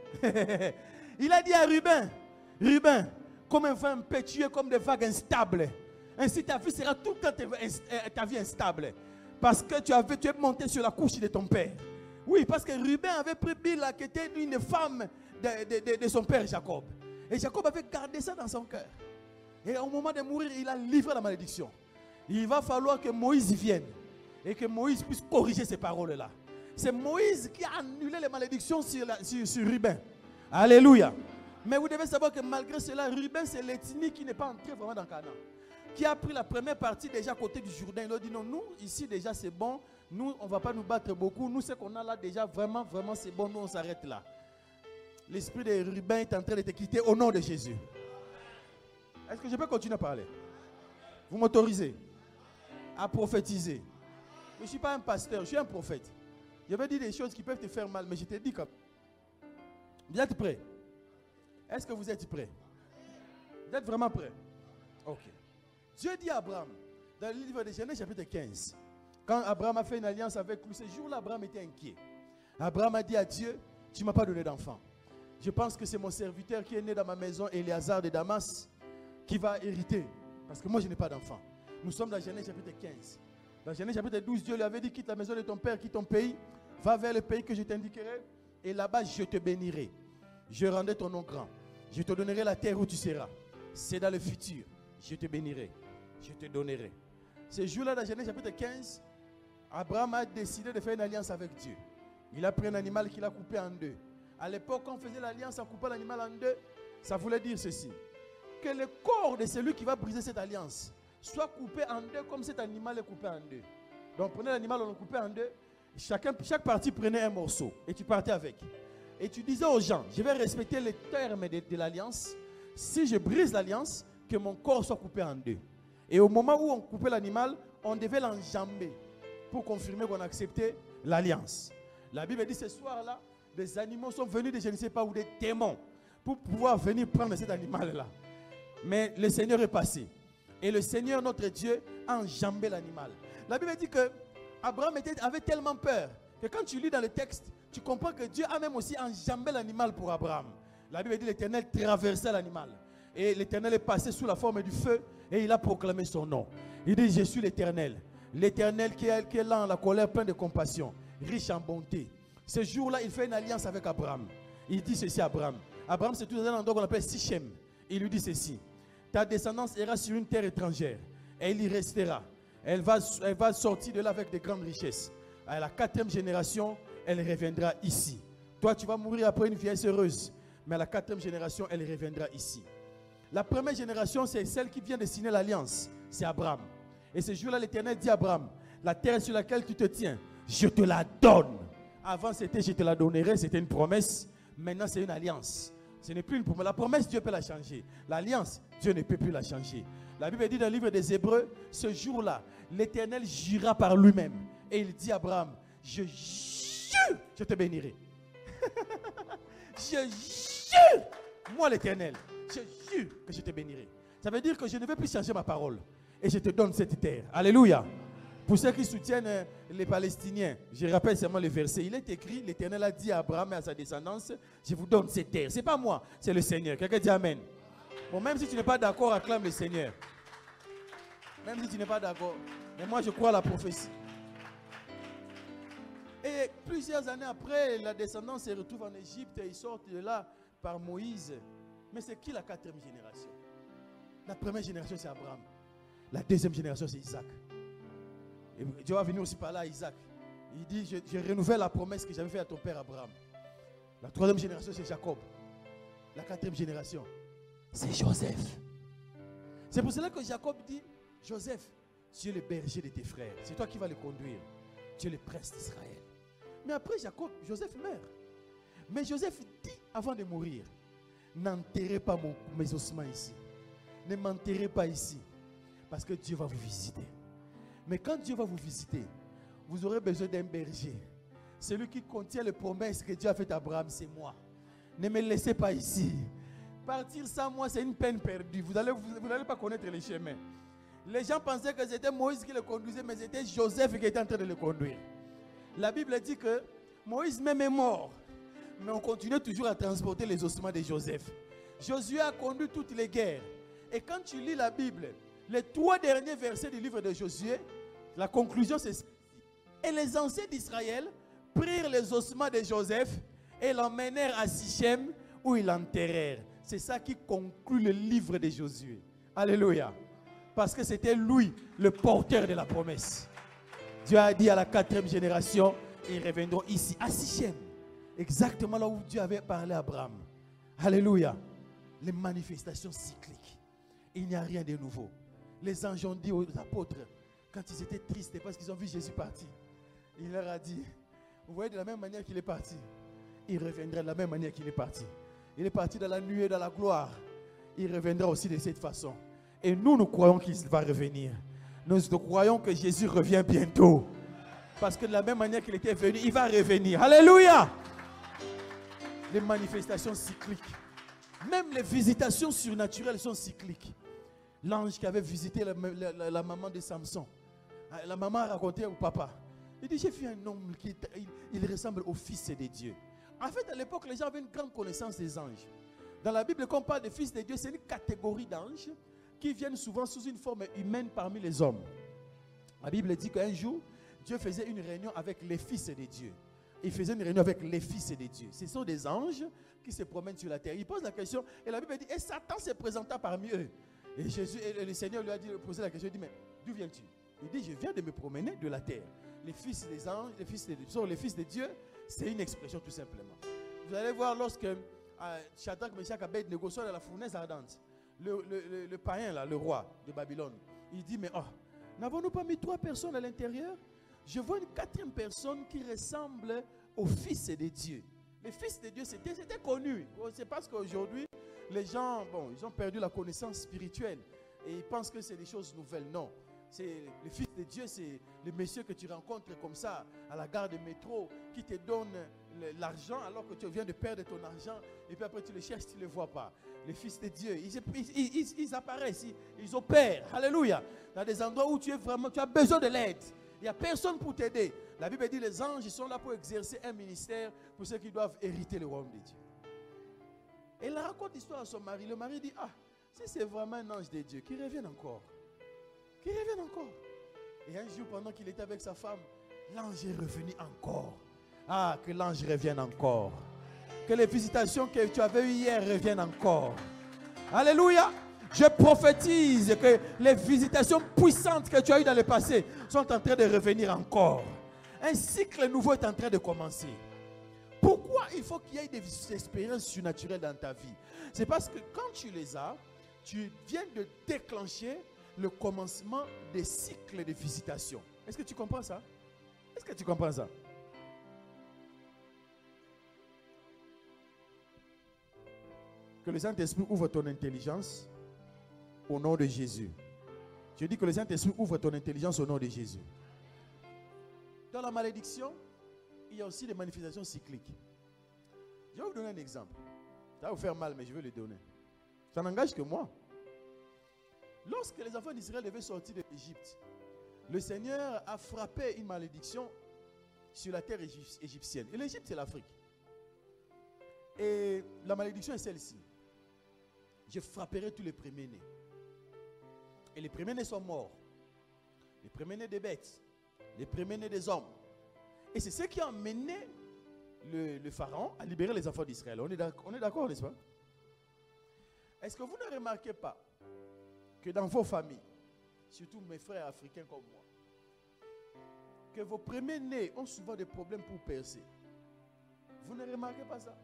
S5: Il a dit à Ruben, comme un vent impétueux, comme des vagues instables. Ainsi ta vie sera tout le temps ta vie instable. Parce que tu es monté sur la couche de ton père. Oui, parce que Ruben avait pris Bila qui était une femme de son père Jacob. Et Jacob avait gardé ça dans son cœur. Et au moment de mourir, il a livré la malédiction. Il va falloir que Moïse vienne. Et que Moïse puisse corriger ces paroles-là. C'est Moïse qui a annulé les malédictions sur Ruben. Alléluia. Mais vous devez savoir que malgré cela, Ruben c'est l'ethnie qui n'est pas entrée vraiment dans Canaan. Qui a pris la première partie déjà à côté du Jourdain. Il a dit non, nous ici déjà c'est bon. Nous on ne va pas nous battre beaucoup. Nous ce qu'on a là déjà vraiment c'est bon. Nous on s'arrête là. L'esprit de Ruben est en train de te quitter au nom de Jésus. Est-ce que je peux continuer à parler? Vous m'autorisez à prophétiser? Je ne suis pas un pasteur, je suis un prophète. Je vais dire des choses qui peuvent te faire mal, mais je te dis que vous êtes prêts? Est-ce que vous êtes prêts? Vous êtes vraiment prêts? Ok. Dieu dit à Abraham, dans le livre de Genèse chapitre 15, quand Abraham a fait une alliance avec lui, ce jour-là, Abraham était inquiet. Abraham a dit à Dieu, tu ne m'as pas donné d'enfant. Je pense que c'est mon serviteur qui est né dans ma maison, Éléazar de Damas, qui va hériter. Parce que moi, je n'ai pas d'enfant. Nous sommes dans Genèse chapitre 15. Dans Genèse chapitre 12, Dieu lui avait dit, quitte la maison de ton père, quitte ton pays, va vers le pays que je t'indiquerai, et là-bas, je te bénirai. Je rendrai ton nom grand. Je te donnerai la terre où tu seras. C'est dans le futur. Je te bénirai. Je te donnerai. Ce jour-là, dans Genèse chapitre 15, Abraham a décidé de faire une alliance avec Dieu. Il a pris un animal qu'il a coupé en deux. À l'époque, quand on faisait l'alliance en coupant l'animal en deux, ça voulait dire ceci. Que le corps de celui qui va briser cette alliance soit coupé en deux comme cet animal est coupé en deux. Donc, prenez l'animal, on le coupait en deux. Chaque partie prenait un morceau et tu partais avec. Et tu disais aux gens, je vais respecter les termes de l'alliance. Si je brise l'alliance, que mon corps soit coupé en deux. Et au moment où on coupait l'animal, on devait l'enjamber pour confirmer qu'on acceptait l'alliance. La Bible dit ce soir-là, des animaux sont venus de je ne sais pas où, des démons, pour pouvoir venir prendre cet animal-là. Mais le Seigneur est passé. Et le Seigneur, notre Dieu, a enjambé l'animal. La Bible dit que Abraham avait tellement peur que quand tu lis dans le texte, tu comprends que Dieu a même aussi enjambé l'animal pour Abraham. La Bible dit que l'Éternel traversait l'animal. Et l'Éternel est passé sous la forme du feu et il a proclamé son nom. Il dit, je suis l'Éternel, L'Éternel qui est lent, la colère, plein de compassion, riche en bonté. Ce jour-là, il fait une alliance avec Abraham. Il dit ceci à Abraham. Abraham, c'est tout dans un endroit qu'on appelle Sichem. Il lui dit ceci. Ta descendance ira sur une terre étrangère. Et il y restera. Elle va sortir de là avec de grandes richesses. À la 4e génération, elle reviendra ici. Toi, tu vas mourir après une vieillesse heureuse. Mais à la 4e génération, elle reviendra ici. La première génération, c'est celle qui vient de signer l'alliance. C'est Abraham. Et ce jour-là, l'Éternel dit à Abraham, la terre sur laquelle tu te tiens, je te la donne. Avant, c'était je te la donnerai, c'était une promesse. Maintenant, c'est une alliance. Ce n'est plus une promesse. La promesse, Dieu peut la changer. L'alliance, Dieu ne peut plus la changer. La Bible dit dans le livre des Hébreux, ce jour-là, l'Éternel jura par lui-même. Et il dit à Abraham, je jure, je te bénirai. Je jure, moi l'Éternel, je jure que je te bénirai. Ça veut dire que je ne vais plus changer ma parole. Et je te donne cette terre. Alléluia. Pour ceux qui soutiennent les Palestiniens, je rappelle seulement le verset. Il est écrit, l'Éternel a dit à Abraham et à sa descendance, je vous donne cette terre. Ce n'est pas moi, c'est le Seigneur. Quelqu'un dit Amen. Bon, même si tu n'es pas d'accord, acclame le Seigneur. Même si tu n'es pas d'accord. Mais moi, je crois à la prophétie. Et plusieurs années après, la descendance se retrouve en Égypte et ils sortent de là par Moïse. Mais c'est qui la 4e génération? La première génération, c'est Abraham. La 2e génération, c'est Isaac. Et Dieu va venir aussi par là à Isaac. Il dit, je renouvelle la promesse que j'avais faite à ton père Abraham. La 3e génération, c'est Jacob. La 4e génération, c'est Joseph. C'est pour cela que Jacob dit, Joseph, tu es le berger de tes frères. C'est toi qui vas les conduire. Tu es le prince d'Israël. Mais après Joseph meurt. Mais Joseph dit avant de mourir, n'enterrez pas mes ossements ici. Ne m'enterrez pas ici. Parce que Dieu va vous visiter. Mais quand Dieu va vous visiter, vous aurez besoin d'un berger. Celui qui contient les promesses que Dieu a faites à Abraham, c'est moi. Ne me laissez pas ici. Partir sans moi, c'est une peine perdue. Vous n'allez pas connaître les chemins. Les gens pensaient que c'était Moïse qui le conduisait, mais c'était Joseph qui était en train de le conduire. La Bible dit que Moïse même est mort. Mais on continue toujours à transporter les ossements de Joseph. Josué a conduit toutes les guerres. Et quand tu lis la Bible, les 3 derniers versets du livre de Josué, la conclusion c'est ceci. Et les anciens d'Israël prirent les ossements de Joseph et l'emmenèrent à Sichem où ils l'enterrèrent. C'est ça qui conclut le livre de Josué. Alléluia. Parce que c'était lui le porteur de la promesse. Dieu a dit à la 4e génération, ils reviendront ici, à Sichem. Exactement là où Dieu avait parlé à Abraham. Alléluia. Les manifestations cycliques. Il n'y a rien de nouveau. Les anges ont dit aux apôtres, quand ils étaient tristes parce qu'ils ont vu Jésus partir, il leur a dit, vous voyez de la même manière qu'il est parti, il reviendra de la même manière qu'il est parti. Il est parti dans la nuée, dans la gloire. Il reviendra aussi de cette façon. Et nous croyons qu'il va revenir. Nous croyons que Jésus revient bientôt. Parce que de la même manière qu'il était venu, il va revenir. Alléluia! Les manifestations cycliques. Même les visitations surnaturelles sont cycliques. L'ange qui avait visité la maman de Samson. La maman a raconté au papa. Il dit, j'ai vu un homme qui il ressemble au fils de Dieu. En fait, à l'époque, les gens avaient une grande connaissance des anges. Dans la Bible, quand on parle de fils de Dieu, c'est une catégorie d'anges qui viennent souvent sous une forme humaine parmi les hommes. La Bible dit qu'un jour, Dieu faisait une réunion avec les fils de Dieu. Il faisait une réunion avec les fils de Dieu. Ce sont des anges qui se promènent sur la terre. Il pose la question, et la Bible dit, et Satan se présenta parmi eux. Et le Seigneur lui a posé la question, il dit, mais d'où viens-tu? Il dit, je viens de me promener de la terre. Les fils des anges, les fils de Dieu, c'est une expression tout simplement. Vous allez voir lorsque Shadrach, Meshach, Abednego sont dans la fournaise ardente, le païen, là, le roi de Babylone, il dit, mais n'avons-nous pas mis 3 personnes à l'intérieur? Je vois une 4e personne qui ressemble au fils de Dieu. Les fils de Dieu, c'était connu. C'est parce qu'aujourd'hui, les gens, ils ont perdu la connaissance spirituelle et ils pensent que c'est des choses nouvelles. Non. C'est le fils de Dieu, c'est le monsieur que tu rencontres comme ça à la gare de métro qui te donne l'argent alors que tu viens de perdre ton argent et puis après tu le cherches, tu ne le vois pas. Les fils de Dieu, ils apparaissent, ils opèrent. Alléluia. Dans des endroits où tu as besoin de l'aide. Il n'y a personne pour t'aider. La Bible dit que les anges sont là pour exercer un ministère pour ceux qui doivent hériter le royaume de Dieu. Et elle raconte l'histoire à son mari. Le mari dit, si c'est vraiment un ange de Dieu, qu'il revienne encore. Qu'il revienne encore. Et un jour, pendant qu'il était avec sa femme, l'ange est revenu encore. Ah, que l'ange revienne encore. Que les visitations que tu avais eues hier reviennent encore. Alléluia. Je prophétise que les visitations puissantes que tu as eues dans le passé sont en train de revenir encore. Un cycle nouveau est en train de commencer. Pourquoi il faut qu'il y ait des expériences surnaturelles dans ta vie? C'est parce que quand tu les as, tu viens de déclencher le commencement des cycles de visitation. Est-ce que tu comprends ça? Est-ce que tu comprends ça? Que le Saint-Esprit ouvre ton intelligence au nom de Jésus. Je dis que le Saint-Esprit ouvre ton intelligence au nom de Jésus. Dans la malédiction, il y a aussi des manifestations cycliques. Je vais vous donner un exemple. Ça va vous faire mal, mais je vais le donner. Ça n'engage que moi. Lorsque les enfants d'Israël devaient sortir de l'Égypte, le Seigneur a frappé une malédiction sur la terre égyptienne. Et l'Égypte, c'est l'Afrique. Et la malédiction est celle-ci. Je frapperai tous les premiers-nés. Et les premiers-nés sont morts. Les premiers-nés des bêtes. Les premiers-nés des hommes. Et c'est ce qui a amené le pharaon à libérer les enfants d'Israël. On est d'accord, n'est-ce pas? Est-ce que vous ne remarquez pas que dans vos familles, surtout mes frères africains comme moi, que vos premiers-nés ont souvent des problèmes pour percer? Vous ne remarquez pas ça?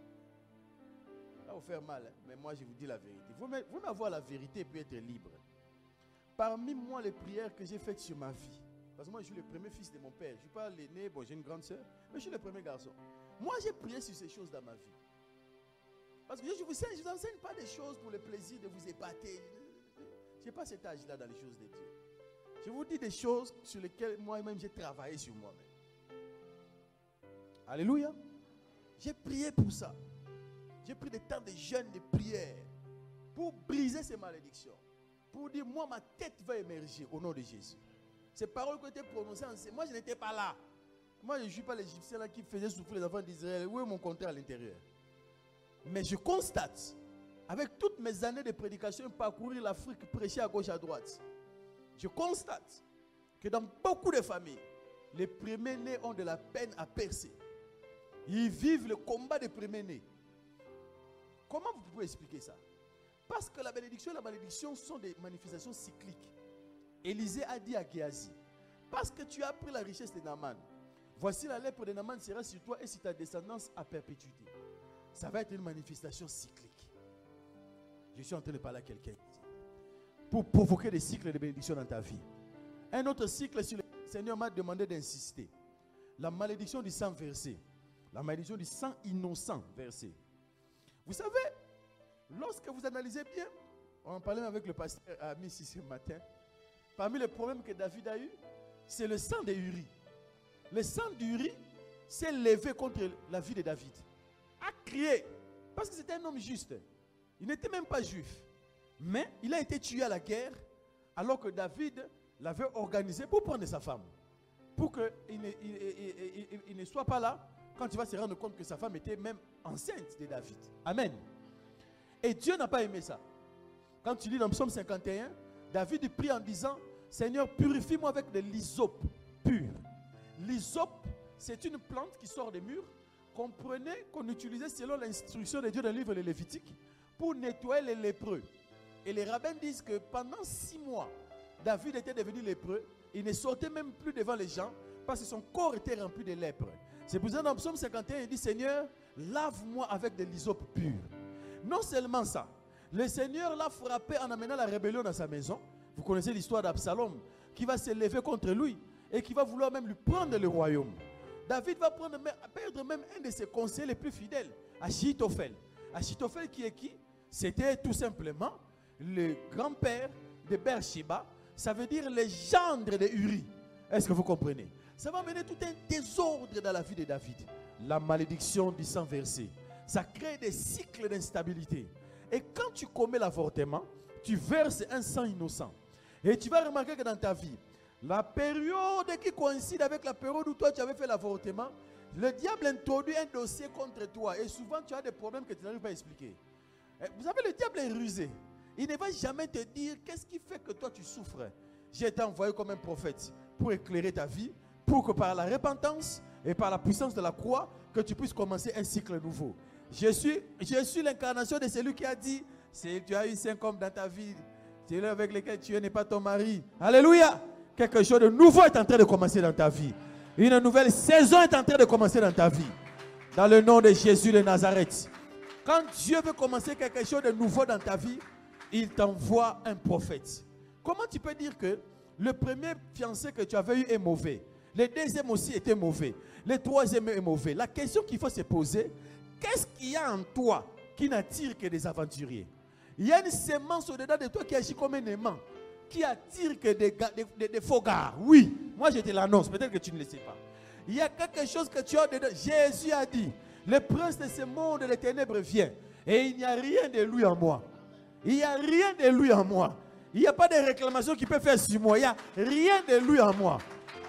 S5: Ça va vous faire mal, hein? Mais moi je vous dis la vérité. Vous m'avez la vérité et puis être libre. Parmi moi, les prières que j'ai faites sur ma vie, parce que moi je suis le premier fils de mon père, je ne suis pas l'aîné, bon j'ai une grande soeur, mais je suis le premier garçon. Moi j'ai prié sur ces choses dans ma vie. Parce que je vous enseigne pas des choses pour le plaisir de vous épater. Je n'ai pas cet âge-là dans les choses de Dieu. Je vous dis des choses sur lesquelles moi-même j'ai travaillé sur moi-même. Alléluia. J'ai prié pour ça. J'ai pris des temps de jeûne, de prière, pour briser ces malédictions. Pour dire, moi, ma tête va émerger au nom de Jésus. Ces paroles qui ont été prononcées, moi, je n'étais pas là. Moi, je ne suis pas l'Égyptien là qui faisait souffrir les enfants d'Israël. Où est mon contraire à l'intérieur? Mais je constate, avec toutes mes années de prédication, parcourir l'Afrique, prêcher à gauche, à droite, je constate que dans beaucoup de familles, les premiers-nés ont de la peine à percer. Ils vivent le combat des premiers-nés. Comment vous pouvez expliquer ça? Parce que la bénédiction et la malédiction sont des manifestations cycliques. Élisée a dit à Géasi, parce que tu as pris la richesse de Naaman, voici la lèpre de Naaman sera sur toi et sur ta descendance à perpétuité. Ça va être une manifestation cyclique. Je suis en train de parler à quelqu'un pour provoquer des cycles de bénédiction dans ta vie. Un autre cycle sur lequel le Seigneur m'a demandé d'insister. La malédiction du sang versé. La malédiction du sang innocent versé. Vous savez, lorsque vous analysez bien, on en parlait avec le pasteur Ami ici ce matin, parmi les problèmes que David a eu, c'est le sang de Uri. Le sang d'Uri s'est levé contre la vie de David. A crié, parce que c'était un homme juste. Il n'était même pas juif. Mais il a été tué à la guerre, alors que David l'avait organisé pour prendre sa femme. Pour qu'il ne soit pas là, quand il va se rendre compte que sa femme était même enceinte de David. Amen. Et Dieu n'a pas aimé ça. Quand tu lis dans Psaume 51, David prie en disant, Seigneur, purifie-moi avec de l'hysope pur. L'hysope, c'est une plante qui sort des murs, qu'on utilisait selon l'instruction de Dieu dans le livre des Lévitiques pour nettoyer les lépreux. Et les rabbins disent que pendant 6 mois, David était devenu lépreux. Il ne sortait même plus devant les gens parce que son corps était rempli de lèpre. C'est pour ça que dans Psaume 51, il dit, Seigneur, lave-moi avec de l'hysope pur. Non seulement ça, le Seigneur l'a frappé en amenant la rébellion dans sa maison. Vous connaissez l'histoire d'Absalom qui va se lever contre lui et qui va vouloir même lui prendre le royaume. David va perdre même un de ses conseillers les plus fidèles, Achitophel. Achitophel qui est qui? C'était tout simplement le grand-père de Beersheba. Ça veut dire le gendre de Uri. Est-ce que vous comprenez? Ça va mener tout un désordre dans la vie de David. La malédiction du sang versé. Ça crée des cycles d'instabilité. Et quand tu commets l'avortement, tu verses un sang innocent. Et tu vas remarquer que dans ta vie, la période qui coïncide avec la période où toi tu avais fait l'avortement, le diable introduit un dossier contre toi. Et souvent tu as des problèmes que tu n'arrives pas à expliquer. Vous savez, le diable est rusé. Il ne va jamais te dire qu'est-ce qui fait que toi tu souffres. j'ai été envoyé comme un prophète pour éclairer ta vie, pour que par la repentance et par la puissance de la croix, que tu puisses commencer un cycle nouveau. Je suis l'incarnation de celui qui a dit, tu as eu 5 hommes dans ta vie, celui avec lequel tu n'es pas ton mari. Alléluia! Quelque chose de nouveau est en train de commencer dans ta vie. Une nouvelle saison est en train de commencer dans ta vie. Dans le nom de Jésus de Nazareth. Quand Dieu veut commencer quelque chose de nouveau dans ta vie, il t'envoie un prophète. Comment tu peux dire que le premier fiancé que tu avais eu est mauvais? Le deuxième aussi était mauvais. Le troisième est mauvais. La question qu'il faut se poser, qu'est-ce qu'il y a en toi qui n'attire que des aventuriers? Il y a une sémence au-dedans de toi qui agit comme un aimant, qui attire que des faux gars. Oui, moi je te l'annonce, peut-être que tu ne le sais pas. Il y a quelque chose que tu as dedans. Jésus a dit, le prince de ce monde des ténèbres vient et il n'y a rien de lui en moi. Il n'y a rien de lui en moi. Il n'y a pas de réclamation qui peut faire sur moi. Il n'y a rien de lui en moi.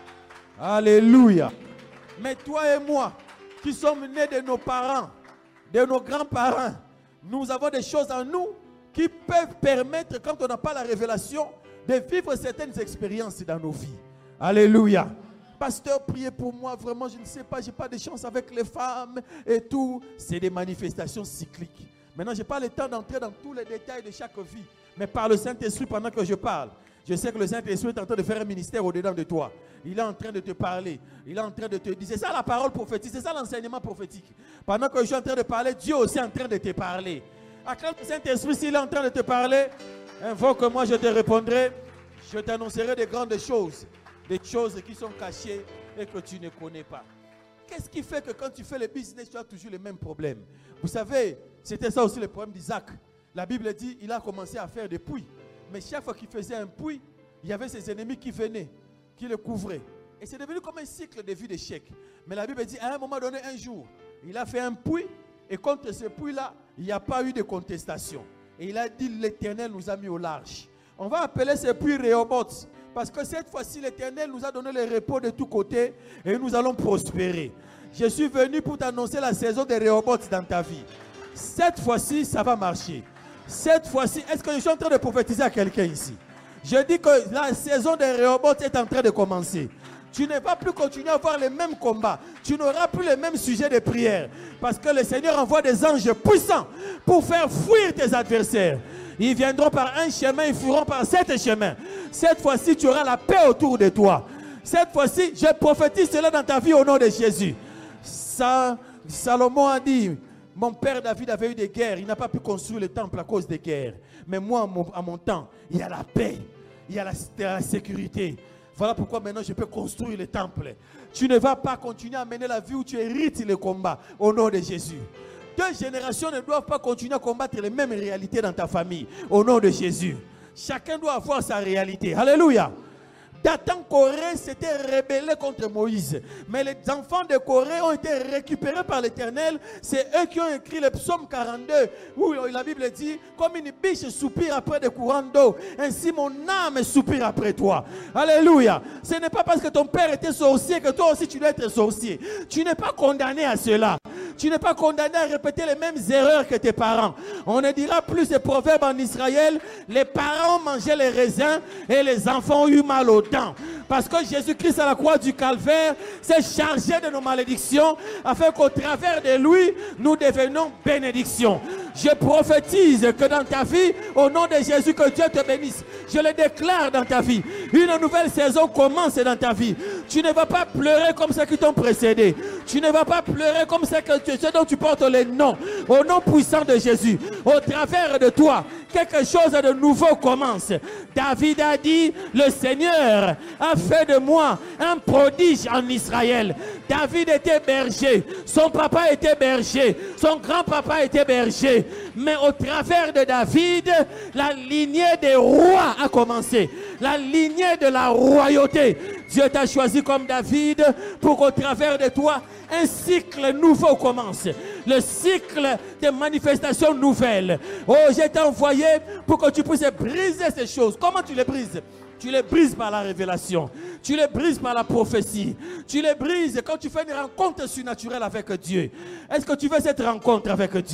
S5: Alléluia. Mais toi et moi, qui sommes nés de nos parents, de nos grands-parents, nous avons des choses en nous qui peuvent permettre, quand on n'a pas la révélation, de vivre certaines expériences dans nos vies. Alléluia. Pasteur, priez pour moi, vraiment, je ne sais pas, je n'ai pas de chance avec les femmes et tout. C'est des manifestations cycliques. Maintenant, je n'ai pas le temps d'entrer dans tous les détails de chaque vie, mais par le Saint-Esprit, pendant que je parle, je sais que le Saint-Esprit est en train de faire un ministère au-dedans de toi. Il est en train de te parler. Il est en train de te dire. C'est ça la parole prophétique. C'est ça l'enseignement prophétique. Pendant que je suis en train de parler, Dieu aussi est en train de te parler. Quand le Saint-Esprit, s'il est en train de te parler, invoque-moi, je te répondrai. Je t'annoncerai de grandes choses. Des choses qui sont cachées et que tu ne connais pas. Qu'est-ce qui fait que quand tu fais le business, tu as toujours les mêmes problèmes? Vous savez, c'était ça aussi le problème d'Isaac. La Bible dit il a commencé à faire des puits. Mais chaque fois qu'il faisait un puits, il y avait ses ennemis qui venaient, qui le couvraient. Et c'est devenu comme un cycle de vie d'échec. Mais la Bible dit, à un moment donné, un jour, il a fait un puits, et contre ce puits-là, il n'y a pas eu de contestation. Et il a dit, l'Éternel nous a mis au large. On va appeler ce puits Rehoboth, parce que cette fois-ci, l'Éternel nous a donné le repos de tous côtés, et nous allons prospérer. Je suis venu pour t'annoncer la saison de Rehoboth dans ta vie. Cette fois-ci, ça va marcher. Cette fois-ci, est-ce que je suis en train de prophétiser à quelqu'un ici? Je dis que la saison de Rehoboth est en train de commencer. Tu ne vas plus continuer à avoir les mêmes combats. Tu n'auras plus les mêmes sujets de prière. Parce que le Seigneur envoie des anges puissants pour faire fuir tes adversaires. Ils viendront par un chemin, ils fuiront par 7 chemins. Cette fois-ci, tu auras la paix autour de toi. Cette fois-ci, je prophétise cela dans ta vie au nom de Jésus. Salomon a dit, mon père David avait eu des guerres. Il n'a pas pu construire le temple à cause des guerres. Mais moi, à mon temps, il y a la paix. Il y a la sécurité. Voilà pourquoi maintenant je peux construire le temple. Tu ne vas pas continuer à mener la vie où tu hérites les combats au nom de Jésus. 2 générations ne doivent pas continuer à combattre les mêmes réalités dans ta famille au nom de Jésus. Chacun doit avoir sa réalité. Alléluia. Dathan, Corée s'était rebellé contre Moïse. Mais les enfants de Corée ont été récupérés par l'Éternel. C'est eux qui ont écrit le psaume 42, où la Bible dit, comme une biche soupire après des courants d'eau, ainsi mon âme soupire après toi. Alléluia. Ce n'est pas parce que ton père était sorcier que toi aussi tu dois être sorcier. Tu n'es pas condamné à cela. Tu n'es pas condamné à répéter les mêmes erreurs que tes parents. On ne dira plus ce proverbe en Israël, les parents ont mangé les raisins et les enfants ont eu mal aux dents. Parce que Jésus-Christ à la croix du Calvaire s'est chargé de nos malédictions afin qu'au travers de lui, nous devenions bénédictions. Je prophétise que dans ta vie, au nom de Jésus, que Dieu te bénisse. Je le déclare dans ta vie. Une nouvelle saison commence dans ta vie. Tu ne vas pas pleurer comme ceux qui t'ont précédé. Tu ne vas pas pleurer comme ceux dont tu portes les noms. Au nom puissant de Jésus, au travers de toi, quelque chose de nouveau commence. David a dit, le Seigneur a fait de moi un prodige en Israël. David était berger, son papa était berger, son grand-papa était berger. Mais au travers de David, la lignée des rois a commencé. La lignée de la royauté. Dieu t'a choisi comme David pour qu'au travers de toi, un cycle nouveau commence. Le cycle des manifestations nouvelles. Oh, j'ai été envoyé pour que tu puisses briser ces choses. Comment tu les brises? Tu les brises par la révélation. Tu les brises par la prophétie. Tu les brises quand tu fais une rencontre surnaturelle avec Dieu. Est-ce que tu veux cette rencontre avec Dieu?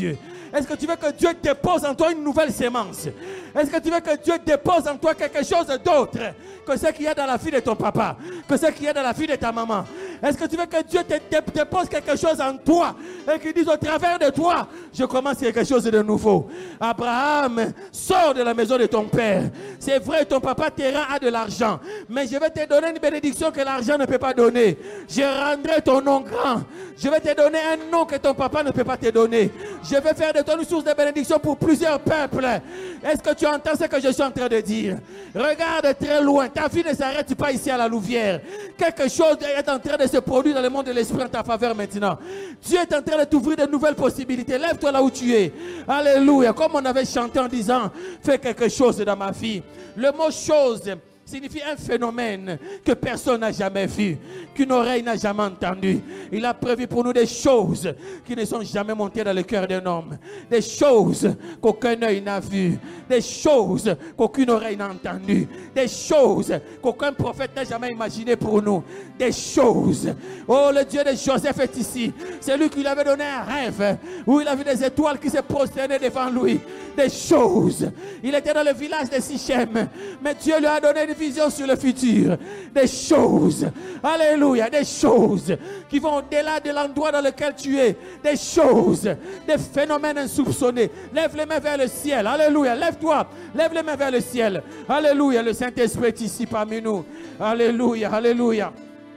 S5: Est-ce que tu veux que Dieu dépose en toi une nouvelle sémence? Est-ce que tu veux que Dieu dépose en toi quelque chose d'autre que ce qu'il y a dans la vie de ton papa, que ce qu'il y a dans la vie de ta maman? Est-ce que tu veux que Dieu te dépose quelque chose en toi et qu'il dise au travers de toi, je commence quelque chose de nouveau? Abraham, sors de la maison de ton père. C'est vrai, ton papa Terah a de l'argent, mais je vais te donner une bénédiction que l'argent ne peut pas donner. Je rendrai ton nom grand. Je vais te donner un nom que ton papa ne peut pas te donner. Je vais faire de toi une source de bénédiction pour plusieurs peuples. Est-ce que tu entends ce que je suis en train de dire? Regarde très loin. Ta vie ne s'arrête pas ici à la Louvière. Quelque chose est en train de se produire dans le monde de l'esprit en ta faveur maintenant. Dieu est en train de t'ouvrir de nouvelles possibilités. Lève-toi là où tu es. Alléluia. Comme on avait chanté en disant, fais quelque chose dans ma vie. Le mot chose signifie un phénomène que personne n'a jamais vu, qu'une oreille n'a jamais entendu. Il a prévu pour nous des choses qui ne sont jamais montées dans le cœur d'un homme, des choses qu'aucun œil n'a vues, des choses qu'aucune oreille n'a entendues, des choses qu'aucun prophète n'a jamais imaginées pour nous, des choses. Oh, le Dieu de Joseph est ici. C'est lui qui lui avait donné un rêve où il a vu des étoiles qui se prosternaient devant lui, des choses. Il était dans le village de Sichem, mais Dieu lui a donné une vision sur le futur, des choses, alléluia, des choses qui vont au-delà de l'endroit dans lequel tu es, des choses, des phénomènes insoupçonnés. Lève les mains vers le ciel, alléluia, lève-toi, lève les mains vers le ciel, alléluia, le Saint-Esprit est ici parmi nous, alléluia, alléluia.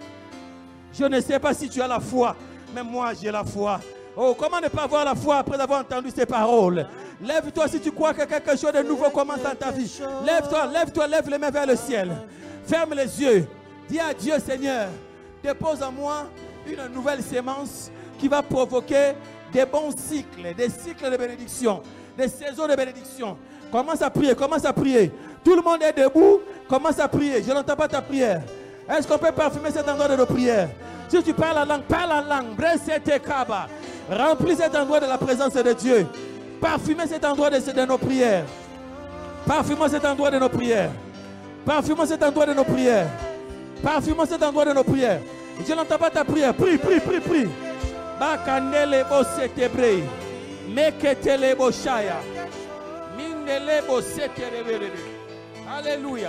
S5: Je ne sais pas si tu as la foi, mais moi j'ai la foi. Oh, comment ne pas avoir la foi après avoir entendu ces paroles? Lève-toi si tu crois que quelque chose de nouveau commence dans ta vie. Lève-toi, lève-toi, lève les mains vers le ciel. Ferme les yeux. Dis à Dieu, Seigneur, dépose en moi une nouvelle sémence qui va provoquer des bons cycles, des cycles de bénédiction, des saisons de bénédiction. Commence à prier, commence à prier. Tout le monde est debout, commence à prier. Je n'entends pas ta prière. Est-ce qu'on peut parfumer cet endroit de nos prières? Si tu parles en langue, parle en langue. Remplis cet endroit de la présence de Dieu. Parfumez cet endroit de nos prières. Parfumons cet endroit de nos prières. Parfumons cet endroit de nos prières. Parfumons cet endroit de nos prières. Je n'entends pas ta prière. Prie, prie, prie, prie. Bakandele bo setebre. Meketele bo shaya. Mindele bo setebre. Alléluia.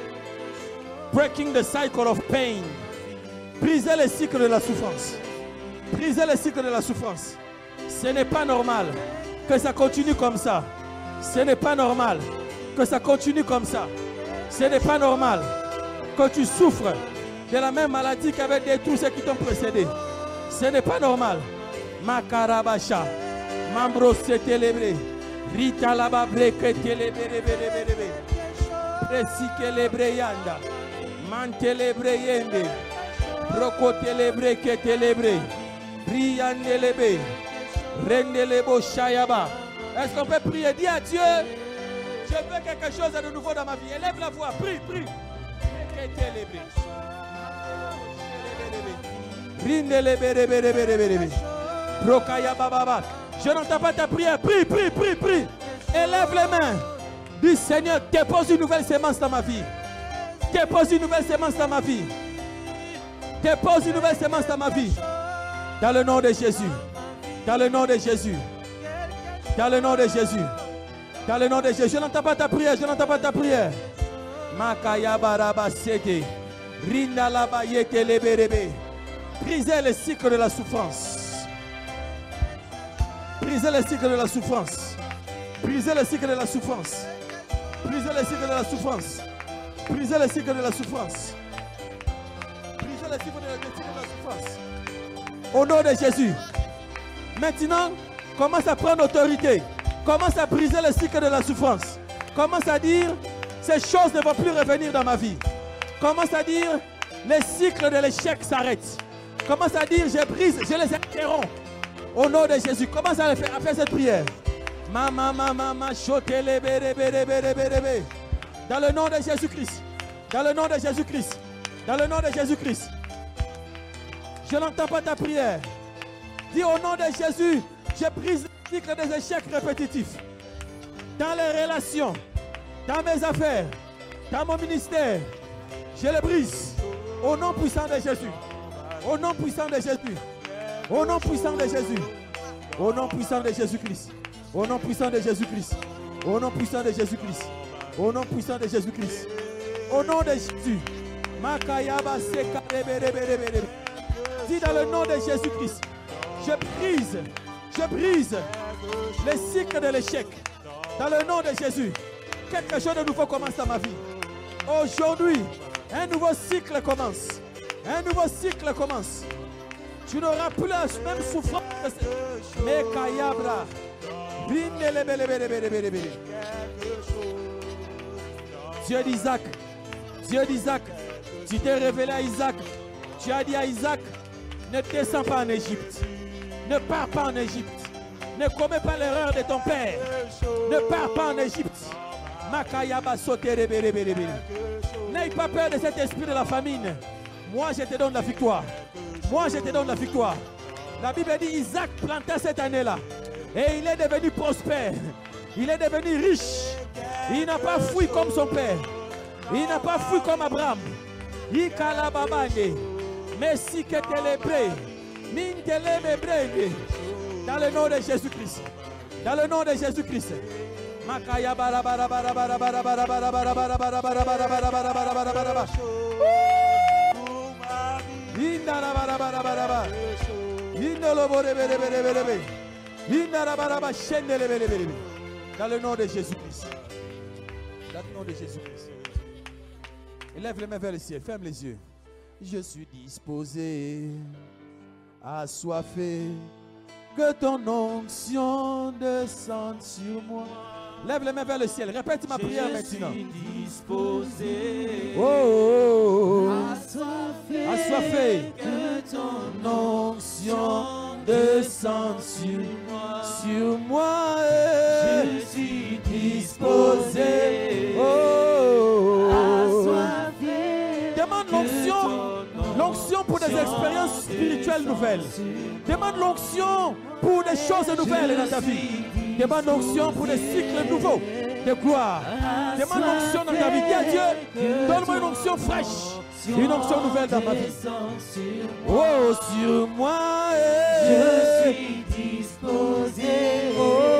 S5: Breaking the cycle of pain. Brisez le cycle de la souffrance. Brisez le cycle de la souffrance. Ce n'est pas normal que ça continue comme ça. Ce n'est pas normal que ça continue comme ça. Ce n'est pas normal que tu souffres de la même maladie qu'avec tous ceux qui t'ont précédé. Ce n'est pas normal. Makarabasha, Mambro Setelebre, Rita Lababre Ketelebere, Presikelebre Yanda, Mantelebre Yende, Brokotelebre Ketelebre, Briandelebe. Est-ce qu'on peut prier? Dis à Dieu, je veux quelque chose de nouveau dans ma vie. Élève la voix, prie, prie. Je n'entends pas ta prière. Prie, prie, prie, prie. Élève les mains. Dis Seigneur, dépose une nouvelle sémence dans ma vie. Dépose une nouvelle sémence dans ma vie. Dépose une nouvelle sémence dans ma vie. Dans le nom de Jésus. Dans le nom de Jésus. Dans le nom de Jésus. Dans le nom de Jésus. Je n'entends pas ta prière. Je n'entends pas ta prière. Makaya baraba sete. Rinda laba yete leberebe. Brisez le cycle de la souffrance. Brisez le cycle de la souffrance. Brisez le cycle de la souffrance. Brisez le cycle de la souffrance. Brisez le cycle de la souffrance. Brisez le cycle de la souffrance. Au nom de Jésus. Maintenant, commence à prendre autorité. Commence à briser le cycle de la souffrance. Commence à dire, ces choses ne vont plus revenir dans ma vie. Commence à dire, les cycles de l'échec s'arrêtent. Commence à dire, je brise, je les interromps. Au nom de Jésus, commence à faire cette prière. Dans le nom de Jésus-Christ. Dans le nom de Jésus-Christ. Dans le nom de Jésus-Christ. Je n'entends pas ta prière. Dis au nom de Jésus, je brise le cycle des échecs répétitifs. Dans les relations, dans mes affaires, dans mon ministère, je les brise. Au nom puissant de Jésus. Au nom puissant de Jésus. Au nom puissant de Jésus. Au nom puissant de Jésus-Christ. Au nom puissant de Jésus-Christ. Au nom puissant de Jésus-Christ. Au nom puissant de Jésus-Christ. Au nom de Jésus. Dis dans le nom de Jésus-Christ. Je brise les cycles de l'échec. Dans le nom de Jésus. Quelque chose de nouveau commence dans ma vie. Aujourd'hui, un nouveau cycle commence. Un nouveau cycle commence. Tu n'auras plus la même souffrance. Mais Kayabra. Dieu d'Isaac. Dieu d'Isaac. Tu t'es révélé à Isaac. Tu as dit à Isaac, ne descends pas en Égypte. Ne pars pas en Égypte. Ne commets pas l'erreur de ton père. Ne pars pas en Égypte. N'aie pas peur de cet esprit de la famine. Moi, je te donne la victoire. Moi, je te donne la victoire. La Bible dit Isaac planta cette année-là. Et il est devenu prospère. Il est devenu riche. Il n'a pas fui comme son père. Il n'a pas fui comme Abraham. Merci que tu es dans le nom de Jésus-Christ. Dans le nom de Jésus-Christ. Makaya bara bara bara bara bara bara bara bara bara bara bara bara bara bara bara bara bara. Indara bara bara bara bara. Indolo bore bere bere bere bere. Indara bara bara shendele bere bere bere. Dans le nom de Jésus-Christ. Dans le nom de Jésus-Christ. Élève les mains vers le ciel, ferme les yeux. Je suis disposé, assoiffé, que ton onction descende sur moi. Lève les mains vers le ciel. Répète ma prière maintenant.
S3: Je suis disposé,
S5: assoiffé,
S3: que ton
S5: onction descende sur moi.
S3: Je suis disposé, assoiffé.
S5: Demande l'onction pour des expériences spirituelles nouvelles. Demande l'onction pour des choses nouvelles dans ta vie. Demande l'onction pour des cycles nouveaux de gloire. Demande l'onction dans ta vie. Dis à Dieu, donne-moi une onction fraîche, une onction nouvelle dans ma vie. Oh, sur moi,
S3: je suis disposé,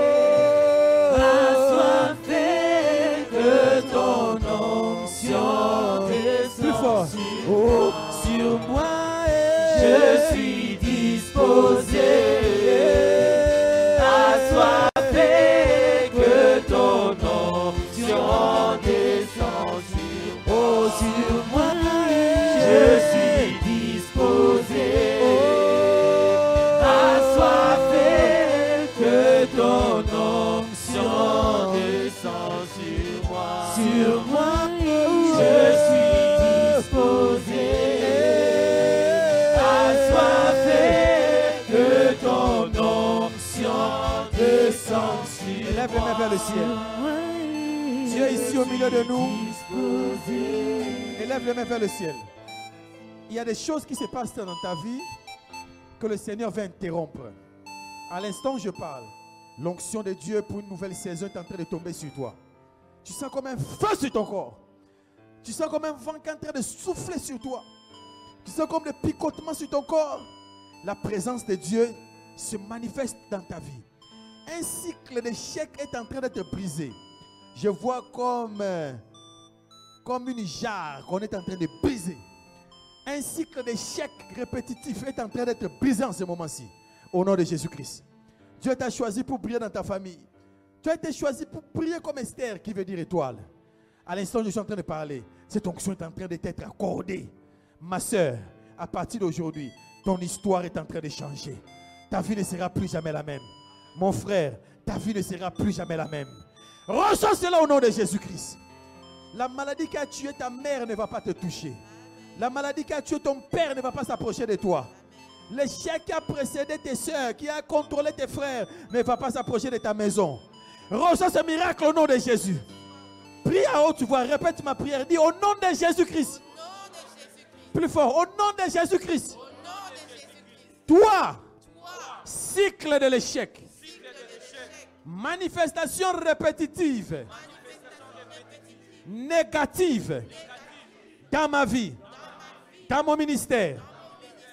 S3: assoiffé, que ton onction descende.
S5: Plus fort. Oh, sur moi,
S3: je suis disposé, assoiffé, que ton onction descende sur moi. Je suis disposé, assoiffé, que ton onction descende sur moi. Je suis disposé, assoiffé, que ton onction descende sur moi.
S5: Lève les mains vers le ciel. Dieu est ici au milieu de nous. Élève les mains vers le ciel. Il y a des choses qui se passent dans ta vie que le Seigneur va interrompre. À l'instant où je parle, l'onction de Dieu pour une nouvelle saison est en train de tomber sur toi. Tu sens comme un feu sur ton corps. Tu sens comme un vent qui est en train de souffler sur toi. Tu sens comme des picotements sur ton corps. La présence de Dieu se manifeste dans ta vie. Un cycle d'échec est en train de te briser. Je vois comme une jarre qu'on est en train de briser. Un cycle d'échec répétitif est en train d'être brisé en ce moment-ci. Au nom de Jésus-Christ. Dieu t'a choisi pour briller dans ta famille. Tu as été choisi pour briller comme Esther, qui veut dire étoile. À l'instant où je suis en train de parler, cette onction est en train d'être accordée. Ma soeur, à partir d'aujourd'hui, ton histoire est en train de changer. Ta vie ne sera plus jamais la même. Mon frère, ta vie ne sera plus jamais la même. Reçois cela au nom de Jésus-Christ. La maladie qui a tué ta mère ne va pas te toucher. La maladie qui a tué ton père ne va pas s'approcher de toi. L'échec qui a précédé tes soeurs, qui a contrôlé tes frères, ne va pas s'approcher de ta maison. Reçois ce miracle au nom de Jésus. Prie à haute voix, répète ma prière. Dis au nom de Jésus-Christ. Plus fort, au nom de Jésus-Christ. Toi, cycle de l'échec. Manifestation répétitive. Négative. Dans ma vie. Dans mon ministère.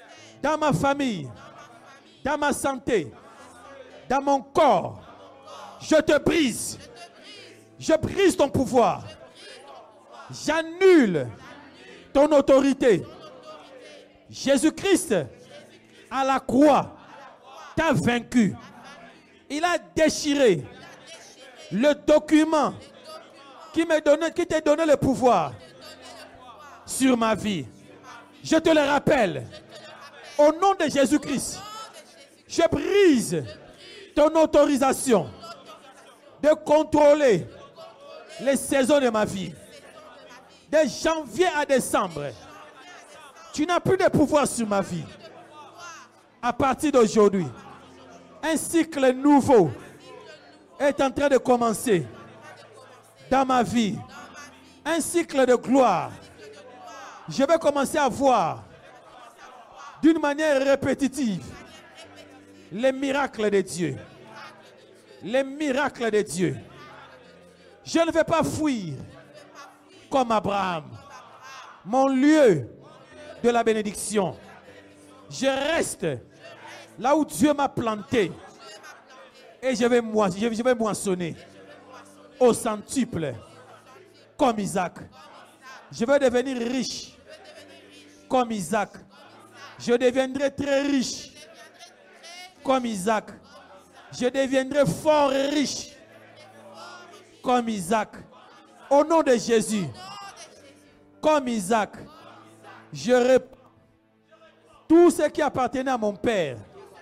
S5: Dans ma famille. Dans ma santé. Dans mon corps. Je te brise. Je brise ton pouvoir. J'annule ton autorité. Jésus-Christ, à la croix, t'a vaincu. Il a déchiré le document qui t'a donné le pouvoir sur ma vie. Je te le rappelle. Au nom de Jésus-Christ, je brise ton autorisation de contrôler les saisons de ma vie. De janvier à décembre, tu n'as plus de pouvoir sur ma vie. À partir d'aujourd'hui, un cycle nouveau est en train de commencer dans ma vie. Un cycle de gloire. Je vais commencer à voir d'une manière répétitive les miracles de Dieu. Les miracles de Dieu. Je ne vais pas fuir comme Abraham. Mon lieu de la bénédiction. Je reste là où Dieu m'a planté. Et je vais moissonner au centuple comme Isaac. Je vais devenir riche comme Isaac. Je deviendrai très riche comme Isaac. Je deviendrai fort riche comme Isaac. Au nom de Jésus, comme Isaac, je répands tout ce qui appartenait à mon père.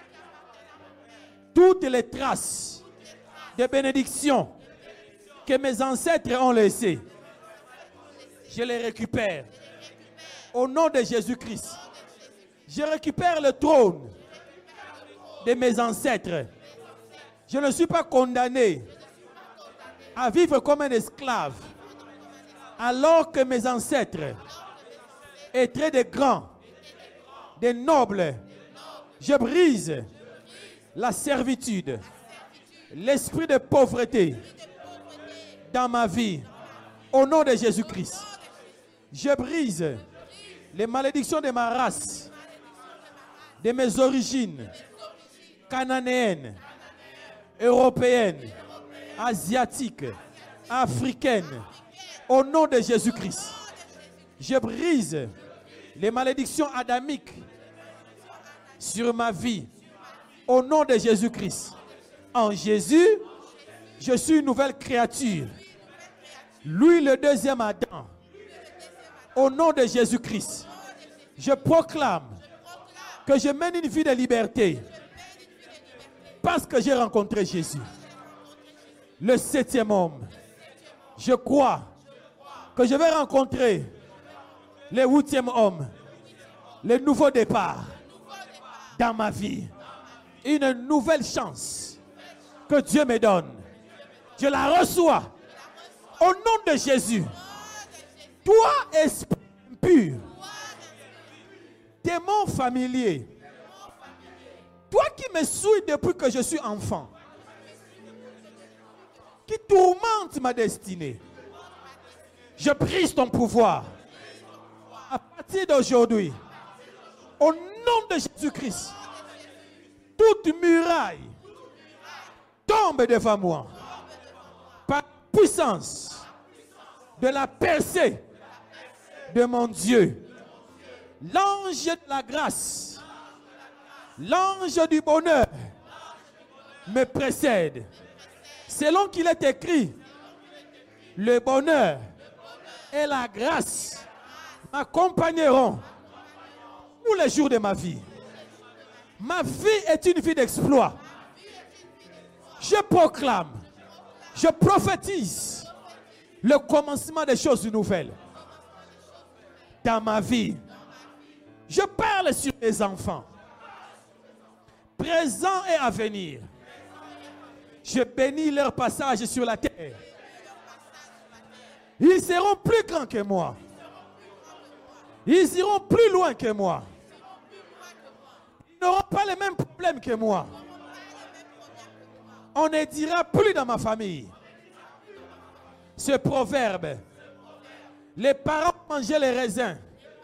S5: Toutes les traces de bénédiction que mes ancêtres ont laissées, je les récupère. Au nom de Jésus-Christ, je récupère le trône de mes ancêtres. Je ne suis pas condamné à vivre comme un esclave, alors que mes ancêtres étaient des grands, des nobles. Je brise la servitude, l'esprit de pauvreté dans ma vie. Au nom de Jésus-Christ, je brise les malédictions de ma race, de mes origines cananéennes, européennes, asiatiques, africaines. Au nom de Jésus-Christ, je brise les malédictions adamiques sur ma vie. Au nom de Jésus-Christ. En Jésus, je suis une nouvelle créature. Lui, le deuxième Adam. Au nom de Jésus-Christ, je proclame que je mène une vie de liberté parce que j'ai rencontré Jésus. Le 7e homme. Je crois que je vais rencontrer le 8e homme. Le nouveau départ dans ma vie. Une nouvelle chance que Dieu me donne. Je la reçois au nom de Jésus. Toi, esprit impur, démon familier, toi qui me souilles depuis que je suis enfant, qui tourmente ma destinée, je brise ton pouvoir. À partir d'aujourd'hui, au nom de Jésus-Christ, toute muraille tombe devant moi par la puissance de la percée de mon Dieu. L'ange de la grâce, l'ange du bonheur me précède. Selon qu'il est écrit, le bonheur et la grâce m'accompagneront tous les jours de ma vie. Ma vie est une vie d'exploit. Je proclame, je prophétise le commencement des choses nouvelles dans ma vie. Je parle sur mes enfants, présents et à venir. Je bénis leur passage sur la terre. Ils seront plus grands que moi. Ils iront plus loin que moi. Ils n'auront pas les mêmes problèmes que moi. On ne dira plus dans ma famille ce proverbe. Les parents mangeaient les raisins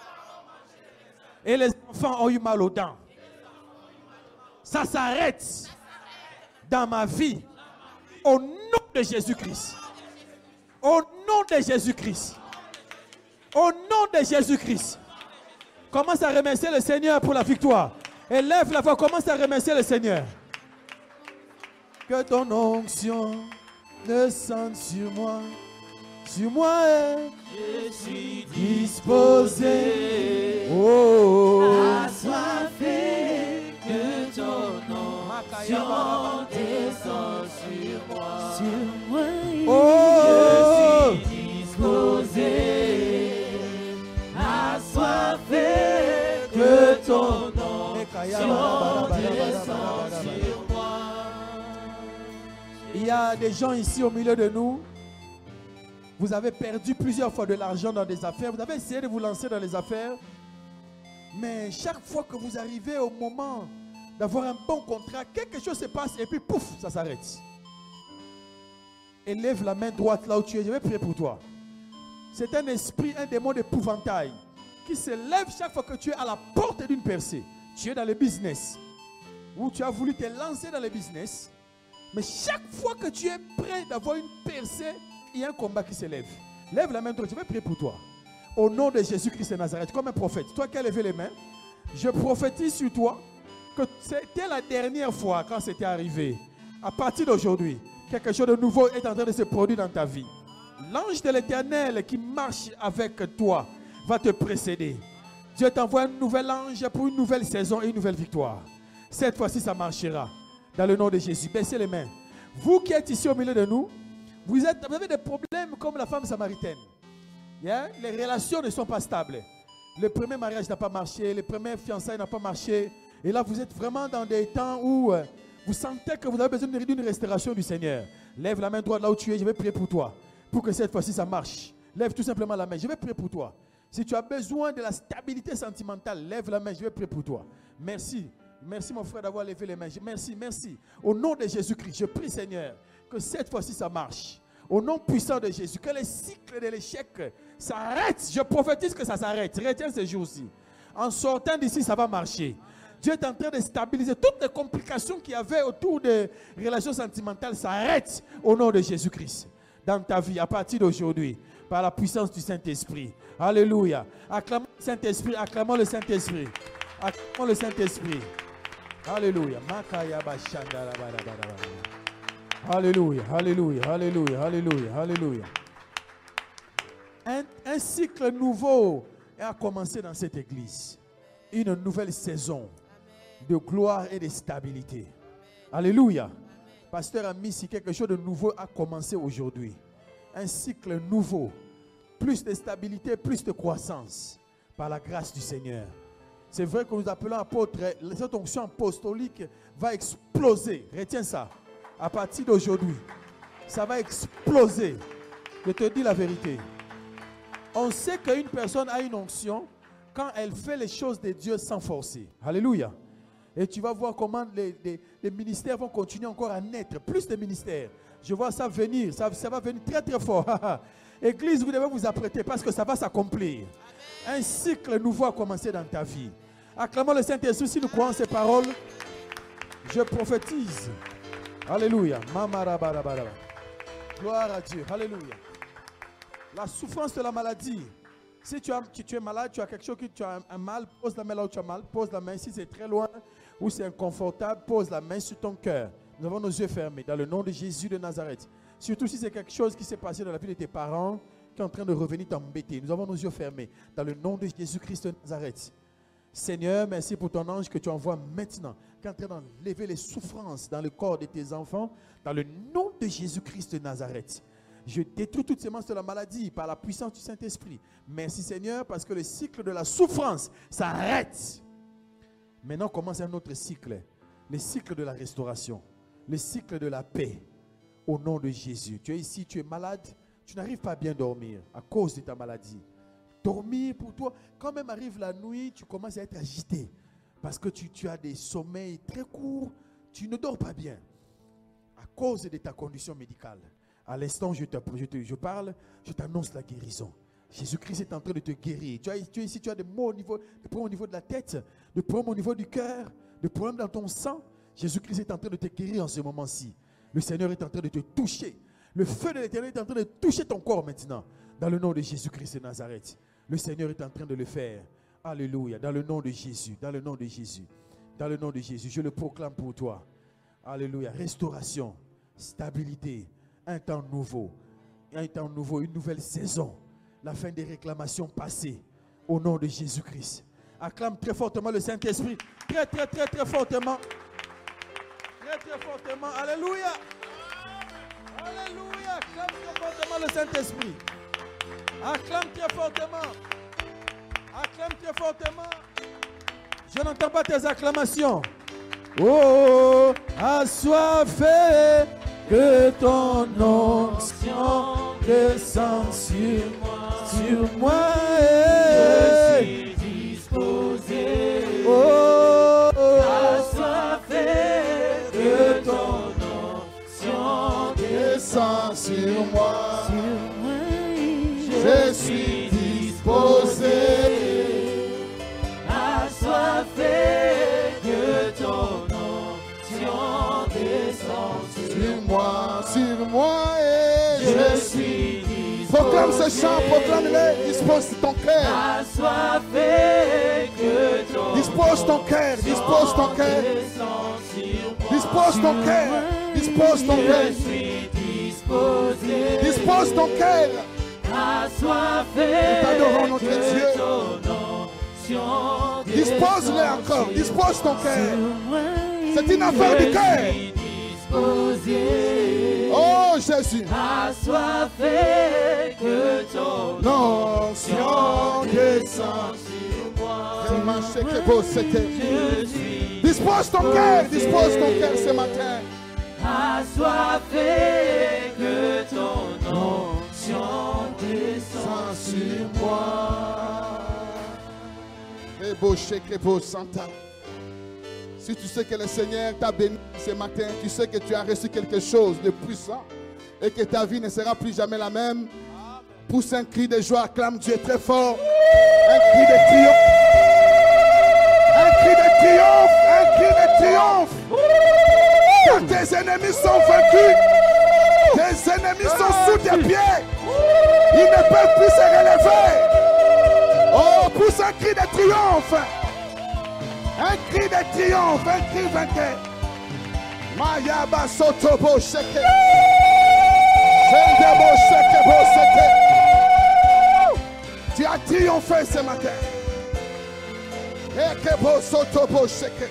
S5: et les enfants ont eu mal aux dents. Ça s'arrête dans ma vie Au nom de Jésus-Christ. Au nom de Jésus-Christ. Au nom de Jésus-Christ. Commence à remercier le Seigneur pour la victoire. Élève la voix, commence à remercier le Seigneur. Que ton onction descende sur moi. Sur moi,
S3: Je suis
S5: disposé. Oh,
S3: assoiffé, que ton onction descende sur moi. Sur moi,
S5: oh,
S3: je suis disposé. Assoiffé, que ton onction descende sur moi.
S5: il y a des gens ici au milieu de nous. Vous avez perdu plusieurs fois de l'argent dans des affaires. Vous avez essayé de vous lancer dans les affaires. Mais chaque fois que vous arrivez au moment d'avoir un bon contrat, quelque chose se passe et puis pouf, ça s'arrête. Élève la main droite là où tu es. Je vais prier pour toi. C'est un esprit, un démon d'épouvantail qui se lève chaque fois que tu es à la porte d'une percée. Tu es dans le business. Ou tu as voulu te lancer dans le business. Mais chaque fois que tu es prêt d'avoir une percée, il y a un combat qui se lève. Lève la main droite, je vais prier pour toi. Au nom de Jésus-Christ de Nazareth, comme un prophète, toi qui as levé les mains, je prophétise sur toi que c'était la dernière fois quand c'était arrivé. À partir d'aujourd'hui, quelque chose de nouveau est en train de se produire dans ta vie. L'ange de l'Éternel qui marche avec toi va te précéder. Dieu t'envoie un nouvel ange pour une nouvelle saison et une nouvelle victoire. Cette fois-ci, ça marchera. Dans le nom de Jésus, baissez les mains. Vous qui êtes ici au milieu de nous, vous avez des problèmes comme la femme samaritaine. Yeah? Les relations ne sont pas stables. Le premier mariage n'a pas marché, les premières fiançailles n'ont pas marché. Et là, vous êtes vraiment dans des temps où vous sentez que vous avez besoin d'une restauration du Seigneur. Lève la main droite là où tu es, je vais prier pour toi. Pour que cette fois-ci, ça marche. Lève tout simplement la main, je vais prier pour toi. Si tu as besoin de la stabilité sentimentale, lève la main, je vais prier pour toi. Merci. Merci mon frère d'avoir levé les mains. Merci, merci. Au nom de Jésus-Christ, je prie Seigneur que cette fois-ci ça marche. Au nom puissant de Jésus, que les cycles de l'échec s'arrêtent. Je prophétise que ça s'arrête. Retiens ces jours-ci. En sortant d'ici, ça va marcher. Dieu est en train de stabiliser toutes les complications qu'il y avait autour des relations sentimentales. S'arrêtent au nom de Jésus-Christ. Dans ta vie, à partir d'aujourd'hui, par la puissance du Saint-Esprit. Alléluia. Acclamons le Saint-Esprit. Acclamons le Saint-Esprit. Acclamons le Saint-Esprit. Alléluia. Alléluia, alléluia, alléluia, alléluia, alléluia. Un cycle nouveau a commencé dans cette église. Une nouvelle saison de gloire et de stabilité. Alléluia. Pasteur a mis si quelque chose de nouveau a commencé aujourd'hui. Un cycle nouveau. Plus de stabilité, plus de croissance. Par la grâce du Seigneur. C'est vrai que nous appelons apôtres. Cette onction apostolique va exploser. Retiens ça. À partir d'aujourd'hui, ça va exploser. Je te dis la vérité. On sait qu'une personne a une onction quand elle fait les choses de Dieu sans forcer. Alléluia. Et tu vas voir comment les ministères vont continuer encore à naître. Plus de ministères. Je vois ça venir. Ça va venir très très fort. Église, vous devez vous apprêter parce que ça va s'accomplir. Un cycle nouveau a commencé dans ta vie. Acclamons le Saint-Esprit si nous croyons ces paroles. Je prophétise. Alléluia. Gloire à Dieu. Alléluia. La souffrance de la maladie. Si tu es malade, tu as quelque chose, tu as un mal, pose la main là où tu as mal. Pose la main. Si c'est très loin ou c'est inconfortable, pose la main sur ton cœur. Nous avons nos yeux fermés dans le nom de Jésus de Nazareth. Surtout si c'est quelque chose qui s'est passé dans la vie de tes parents qui est en train de revenir t'embêter. Nous avons nos yeux fermés dans le nom de Jésus-Christ de Nazareth. Seigneur, merci pour ton ange que tu envoies maintenant, qui est en train d'enlever les souffrances dans le corps de tes enfants, dans le nom de Jésus-Christ de Nazareth. Je détruis toutes ces semences de la maladie par la puissance du Saint-Esprit. Merci Seigneur, parce que le cycle de la souffrance s'arrête. Maintenant commence un autre cycle, le cycle de la restauration, le cycle de la paix, au nom de Jésus. Tu es ici, tu es malade, tu n'arrives pas à bien dormir à cause de ta maladie. Dormir pour toi, quand même arrive la nuit, tu commences à être agité. Parce que tu as des sommeils très courts, tu ne dors pas bien. À cause de ta condition médicale. À l'instant, je parle, je t'annonce la guérison. Jésus-Christ est en train de te guérir. Tu es ici, tu as des maux au niveau, des problèmes au niveau de la tête, des problèmes au niveau du cœur, des problèmes dans ton sang. Jésus-Christ est en train de te guérir en ce moment-ci. Le Seigneur est en train de te toucher. Le feu de l'Éternel est en train de toucher ton corps maintenant. Dans le nom de Jésus-Christ de Nazareth. Le Seigneur est en train de le faire. Alléluia. Dans le nom de Jésus. Dans le nom de Jésus. Dans le nom de Jésus. Je le proclame pour toi. Alléluia. Restauration. Stabilité. Un temps nouveau. Un temps nouveau. Une nouvelle saison. La fin des réclamations passées. Au nom de Jésus-Christ. Acclame très fortement le Saint-Esprit. Très, très, très, très fortement. Très, très fortement. Alléluia. Alléluia. Acclame très fortement le Saint-Esprit. Acclame très fortement. Acclame très fortement. Je n'entends pas tes acclamations. Oh, assoiffé, que ton onction descende sur moi. Sur moi.
S3: Je suis disposé.
S5: Oh,
S3: Assoiffé, que ton onction
S1: Descends sur moi.
S3: sur moi.
S1: Je suis disposé.
S3: Assoiffé, que ton onction descende
S1: Sur moi et
S3: Je
S1: je
S3: suis disposé.
S1: proclame ce chant, proclame-le. Dispose ton cœur.
S3: Assoiffé, que ton
S1: Dispose ton cœur. Dispose ton cœur.
S3: descende sur moi.
S1: Dispose ton cœur. Dispose ton cœur.
S3: Je suis disposé.
S1: Dispose ton cœur.
S3: Assoiffé,
S1: Nous t'adorons, notre
S3: que
S1: Dieu.
S3: ton onction
S1: Dispose-le encore. Dispose ton cœur. C'est
S3: C'est
S1: une affaire du cœur.
S3: Disposé.
S1: Oh Jésus.
S3: Assoiffé, que ton
S1: L'onction descend.
S3: sur moi.
S1: Dimanche que beau c'était.
S3: Je suis
S1: Dispose ton cœur. Dispose ton cœur ce matin.
S3: assoiffé, que ton onction descend
S1: sur moi. Et beau chèque, beau Santa. Si tu sais que le Seigneur t'a béni ce matin, tu sais que tu as reçu quelque chose de puissant et que ta vie ne sera plus jamais la même. Pousse un cri de joie, acclame Dieu très fort. Un cri de triomphe. Un cri de triomphe. Un cri de triomphe. Car tes ennemis sont vaincus. Tes ennemis sont sous tes pieds. Ils ne peuvent plus se relever. Oh, pousse un cri de triomphe. Un cri de triomphe, un cri vainqueur. Mayaba sotobo sheke. Shendebo sheke bo seke. Tu as triomphé ce matin. Ekebo sotobo sheke.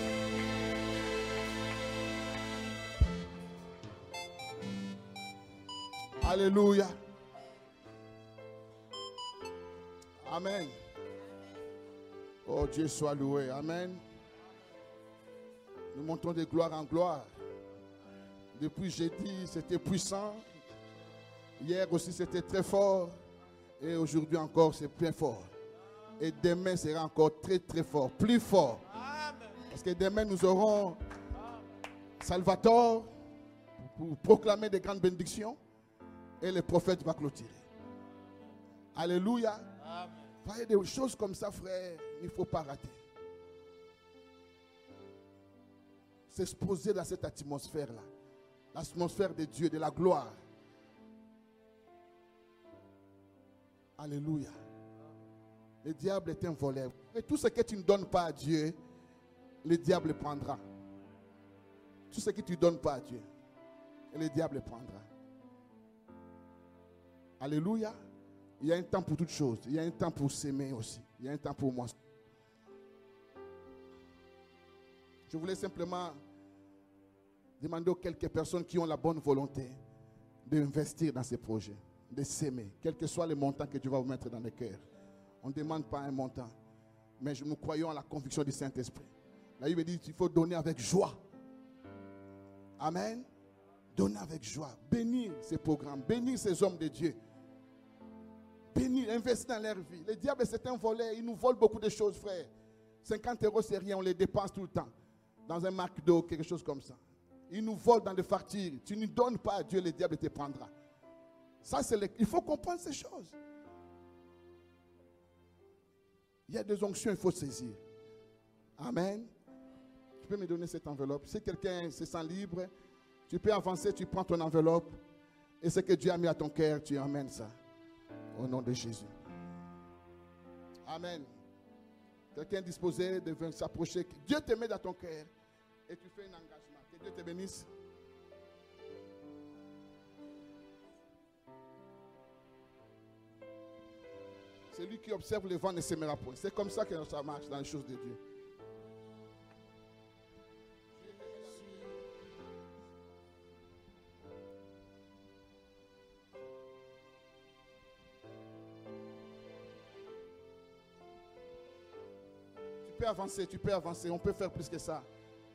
S1: Alléluia. Amen. Oh Dieu soit loué. Amen. Nous montons de gloire en gloire. Depuis jeudi, c'était puissant. Hier aussi, c'était très fort. Et aujourd'hui encore, c'est bien fort. Et demain sera encore très très fort. Plus fort. Parce que demain, nous aurons Salvatore pour proclamer des grandes bénédictions. Et le prophète va clôturer. Alléluia. Voyez des choses comme ça, frère, il ne faut pas rater. S'exposer dans cette atmosphère-là. L'atmosphère de Dieu, de la gloire. Alléluia. Le diable est un voleur. Et tout ce que tu ne donnes pas à Dieu, le diable prendra. Tout ce que tu ne donnes pas à Dieu, le diable prendra. Alléluia. Il y a un temps pour toutes choses. Il y a un temps pour s'aimer aussi. Il y a un temps pour moi. Je voulais simplement demander aux quelques personnes qui ont la bonne volonté d'investir dans ces projets, de s'aimer, quel que soit le montant que Dieu va vous mettre dans le cœur. On ne demande pas un montant, mais nous croyons à la conviction du Saint-Esprit. La Bible dit qu'il faut donner avec joie. Amen. Donner avec joie. Bénir ces programmes, bénir ces hommes de Dieu. Bénir, investir dans leur vie. Le diable, c'est un voleur. Il nous vole beaucoup de choses, frère. 50 €, c'est rien. On les dépense tout le temps. Dans un McDo, quelque chose comme ça. Il nous vole dans des factures. Tu ne donnes pas à Dieu, le diable te prendra. Ça, il faut comprendre ces choses. Il y a des onctions, il faut saisir. Amen. Tu peux me donner cette enveloppe. Si quelqu'un se sent libre, Tu peux avancer, tu prends ton enveloppe. Et ce que Dieu a mis à ton cœur, tu emmènes ça. Au nom de Jésus. Amen. Quelqu'un disposé de venir s'approcher. Dieu te met dans ton cœur. Et tu fais un engagement. Que Dieu te bénisse. Celui qui observe le vent ne s'aimera point. C'est comme ça que ça marche dans les choses de Dieu. Tu peux avancer, on peut faire plus que ça.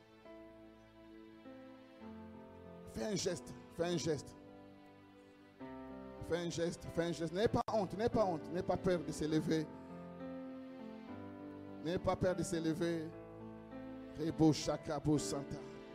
S1: Fais un geste, fais un geste. Fais un geste, fais un geste. N'ayez pas honte, n'ayez pas honte, n'ayez pas peur de s'élever. N'ayez pas peur de s'élever. Rebo Shaka Bo Santa.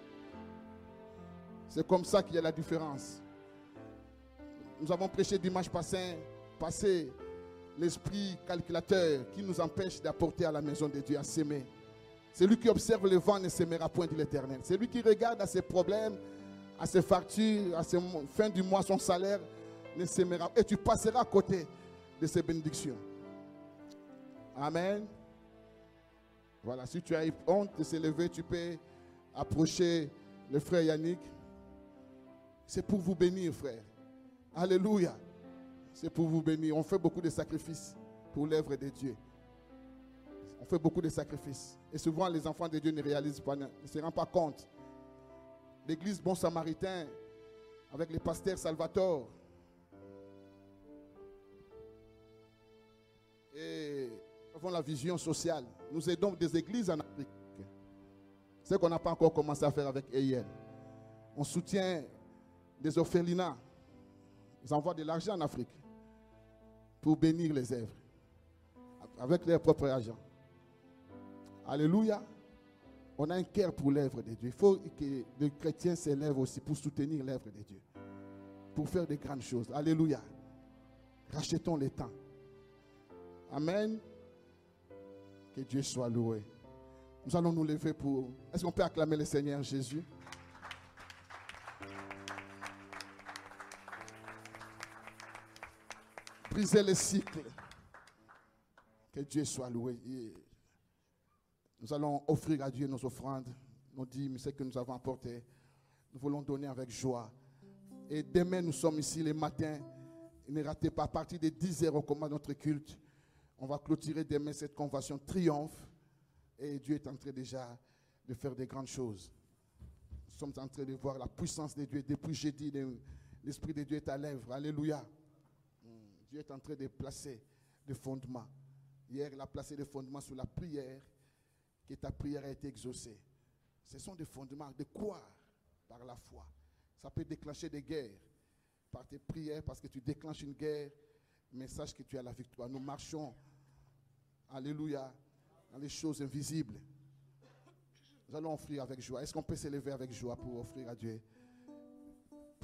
S1: C'est comme ça qu'il y a la différence. Nous avons prêché dimanche passé l'esprit calculateur qui nous empêche d'apporter à la maison de Dieu, à s'aimer. Celui qui observe le vent ne s'aimera point, dit l'Éternel. Celui qui regarde à ses problèmes, à ses factures, à ses fins du mois, son salaire, ne s'aimera. Et tu passeras à côté de ces bénédictions. Amen. Voilà, si tu as honte de s'élever, tu peux approcher le frère Yannick. C'est pour vous bénir, frère. Alléluia. C'est pour vous bénir. On fait beaucoup de sacrifices pour l'œuvre de Dieu. On fait beaucoup de sacrifices. Et souvent, les enfants de Dieu ne réalisent pas, ne se rendent pas compte. L'église Bon Samaritain, avec les pasteurs Salvatore, et avons la vision sociale. Nous aidons des églises en Afrique. C'est ce qu'on n'a pas encore commencé à faire avec EIL. On soutient des orphelinats. Ils envoient de l'argent en Afrique pour bénir les œuvres avec leur propre argent. Alléluia. On a un cœur pour l'œuvre de Dieu. Il faut que les chrétiens s'élèvent aussi pour soutenir l'œuvre de Dieu, pour faire de grandes choses. Alléluia. Rachetons les temps. Amen. Que Dieu soit loué. Nous allons nous lever pour... Est-ce qu'on peut acclamer le Seigneur Jésus? Briser les cycles. Que Dieu soit loué. Et nous allons offrir à Dieu nos offrandes, nos dîmes, ce que nous avons apporté. Nous voulons donner avec joie. Et demain, nous sommes ici le matin. Ne ratez pas, à partir de 10h, on commence notre culte. On va clôturer demain cette convention triomphe. Et Dieu est en train déjà de faire des grandes choses. Nous sommes en train de voir la puissance de Dieu. Depuis jeudi, l'Esprit de Dieu est à l'œuvre. Alléluia. Dieu est en train de placer des fondements. Hier, il a placé des fondements sur la prière, que ta prière a été exaucée. Ce sont des fondements de croire par la foi. Ça peut déclencher des guerres par tes prières, parce que tu déclenches une guerre, mais sache que tu as la victoire. Nous marchons, alléluia, dans les choses invisibles. Nous allons offrir avec joie. Est-ce qu'on peut s'élever avec joie pour offrir à Dieu?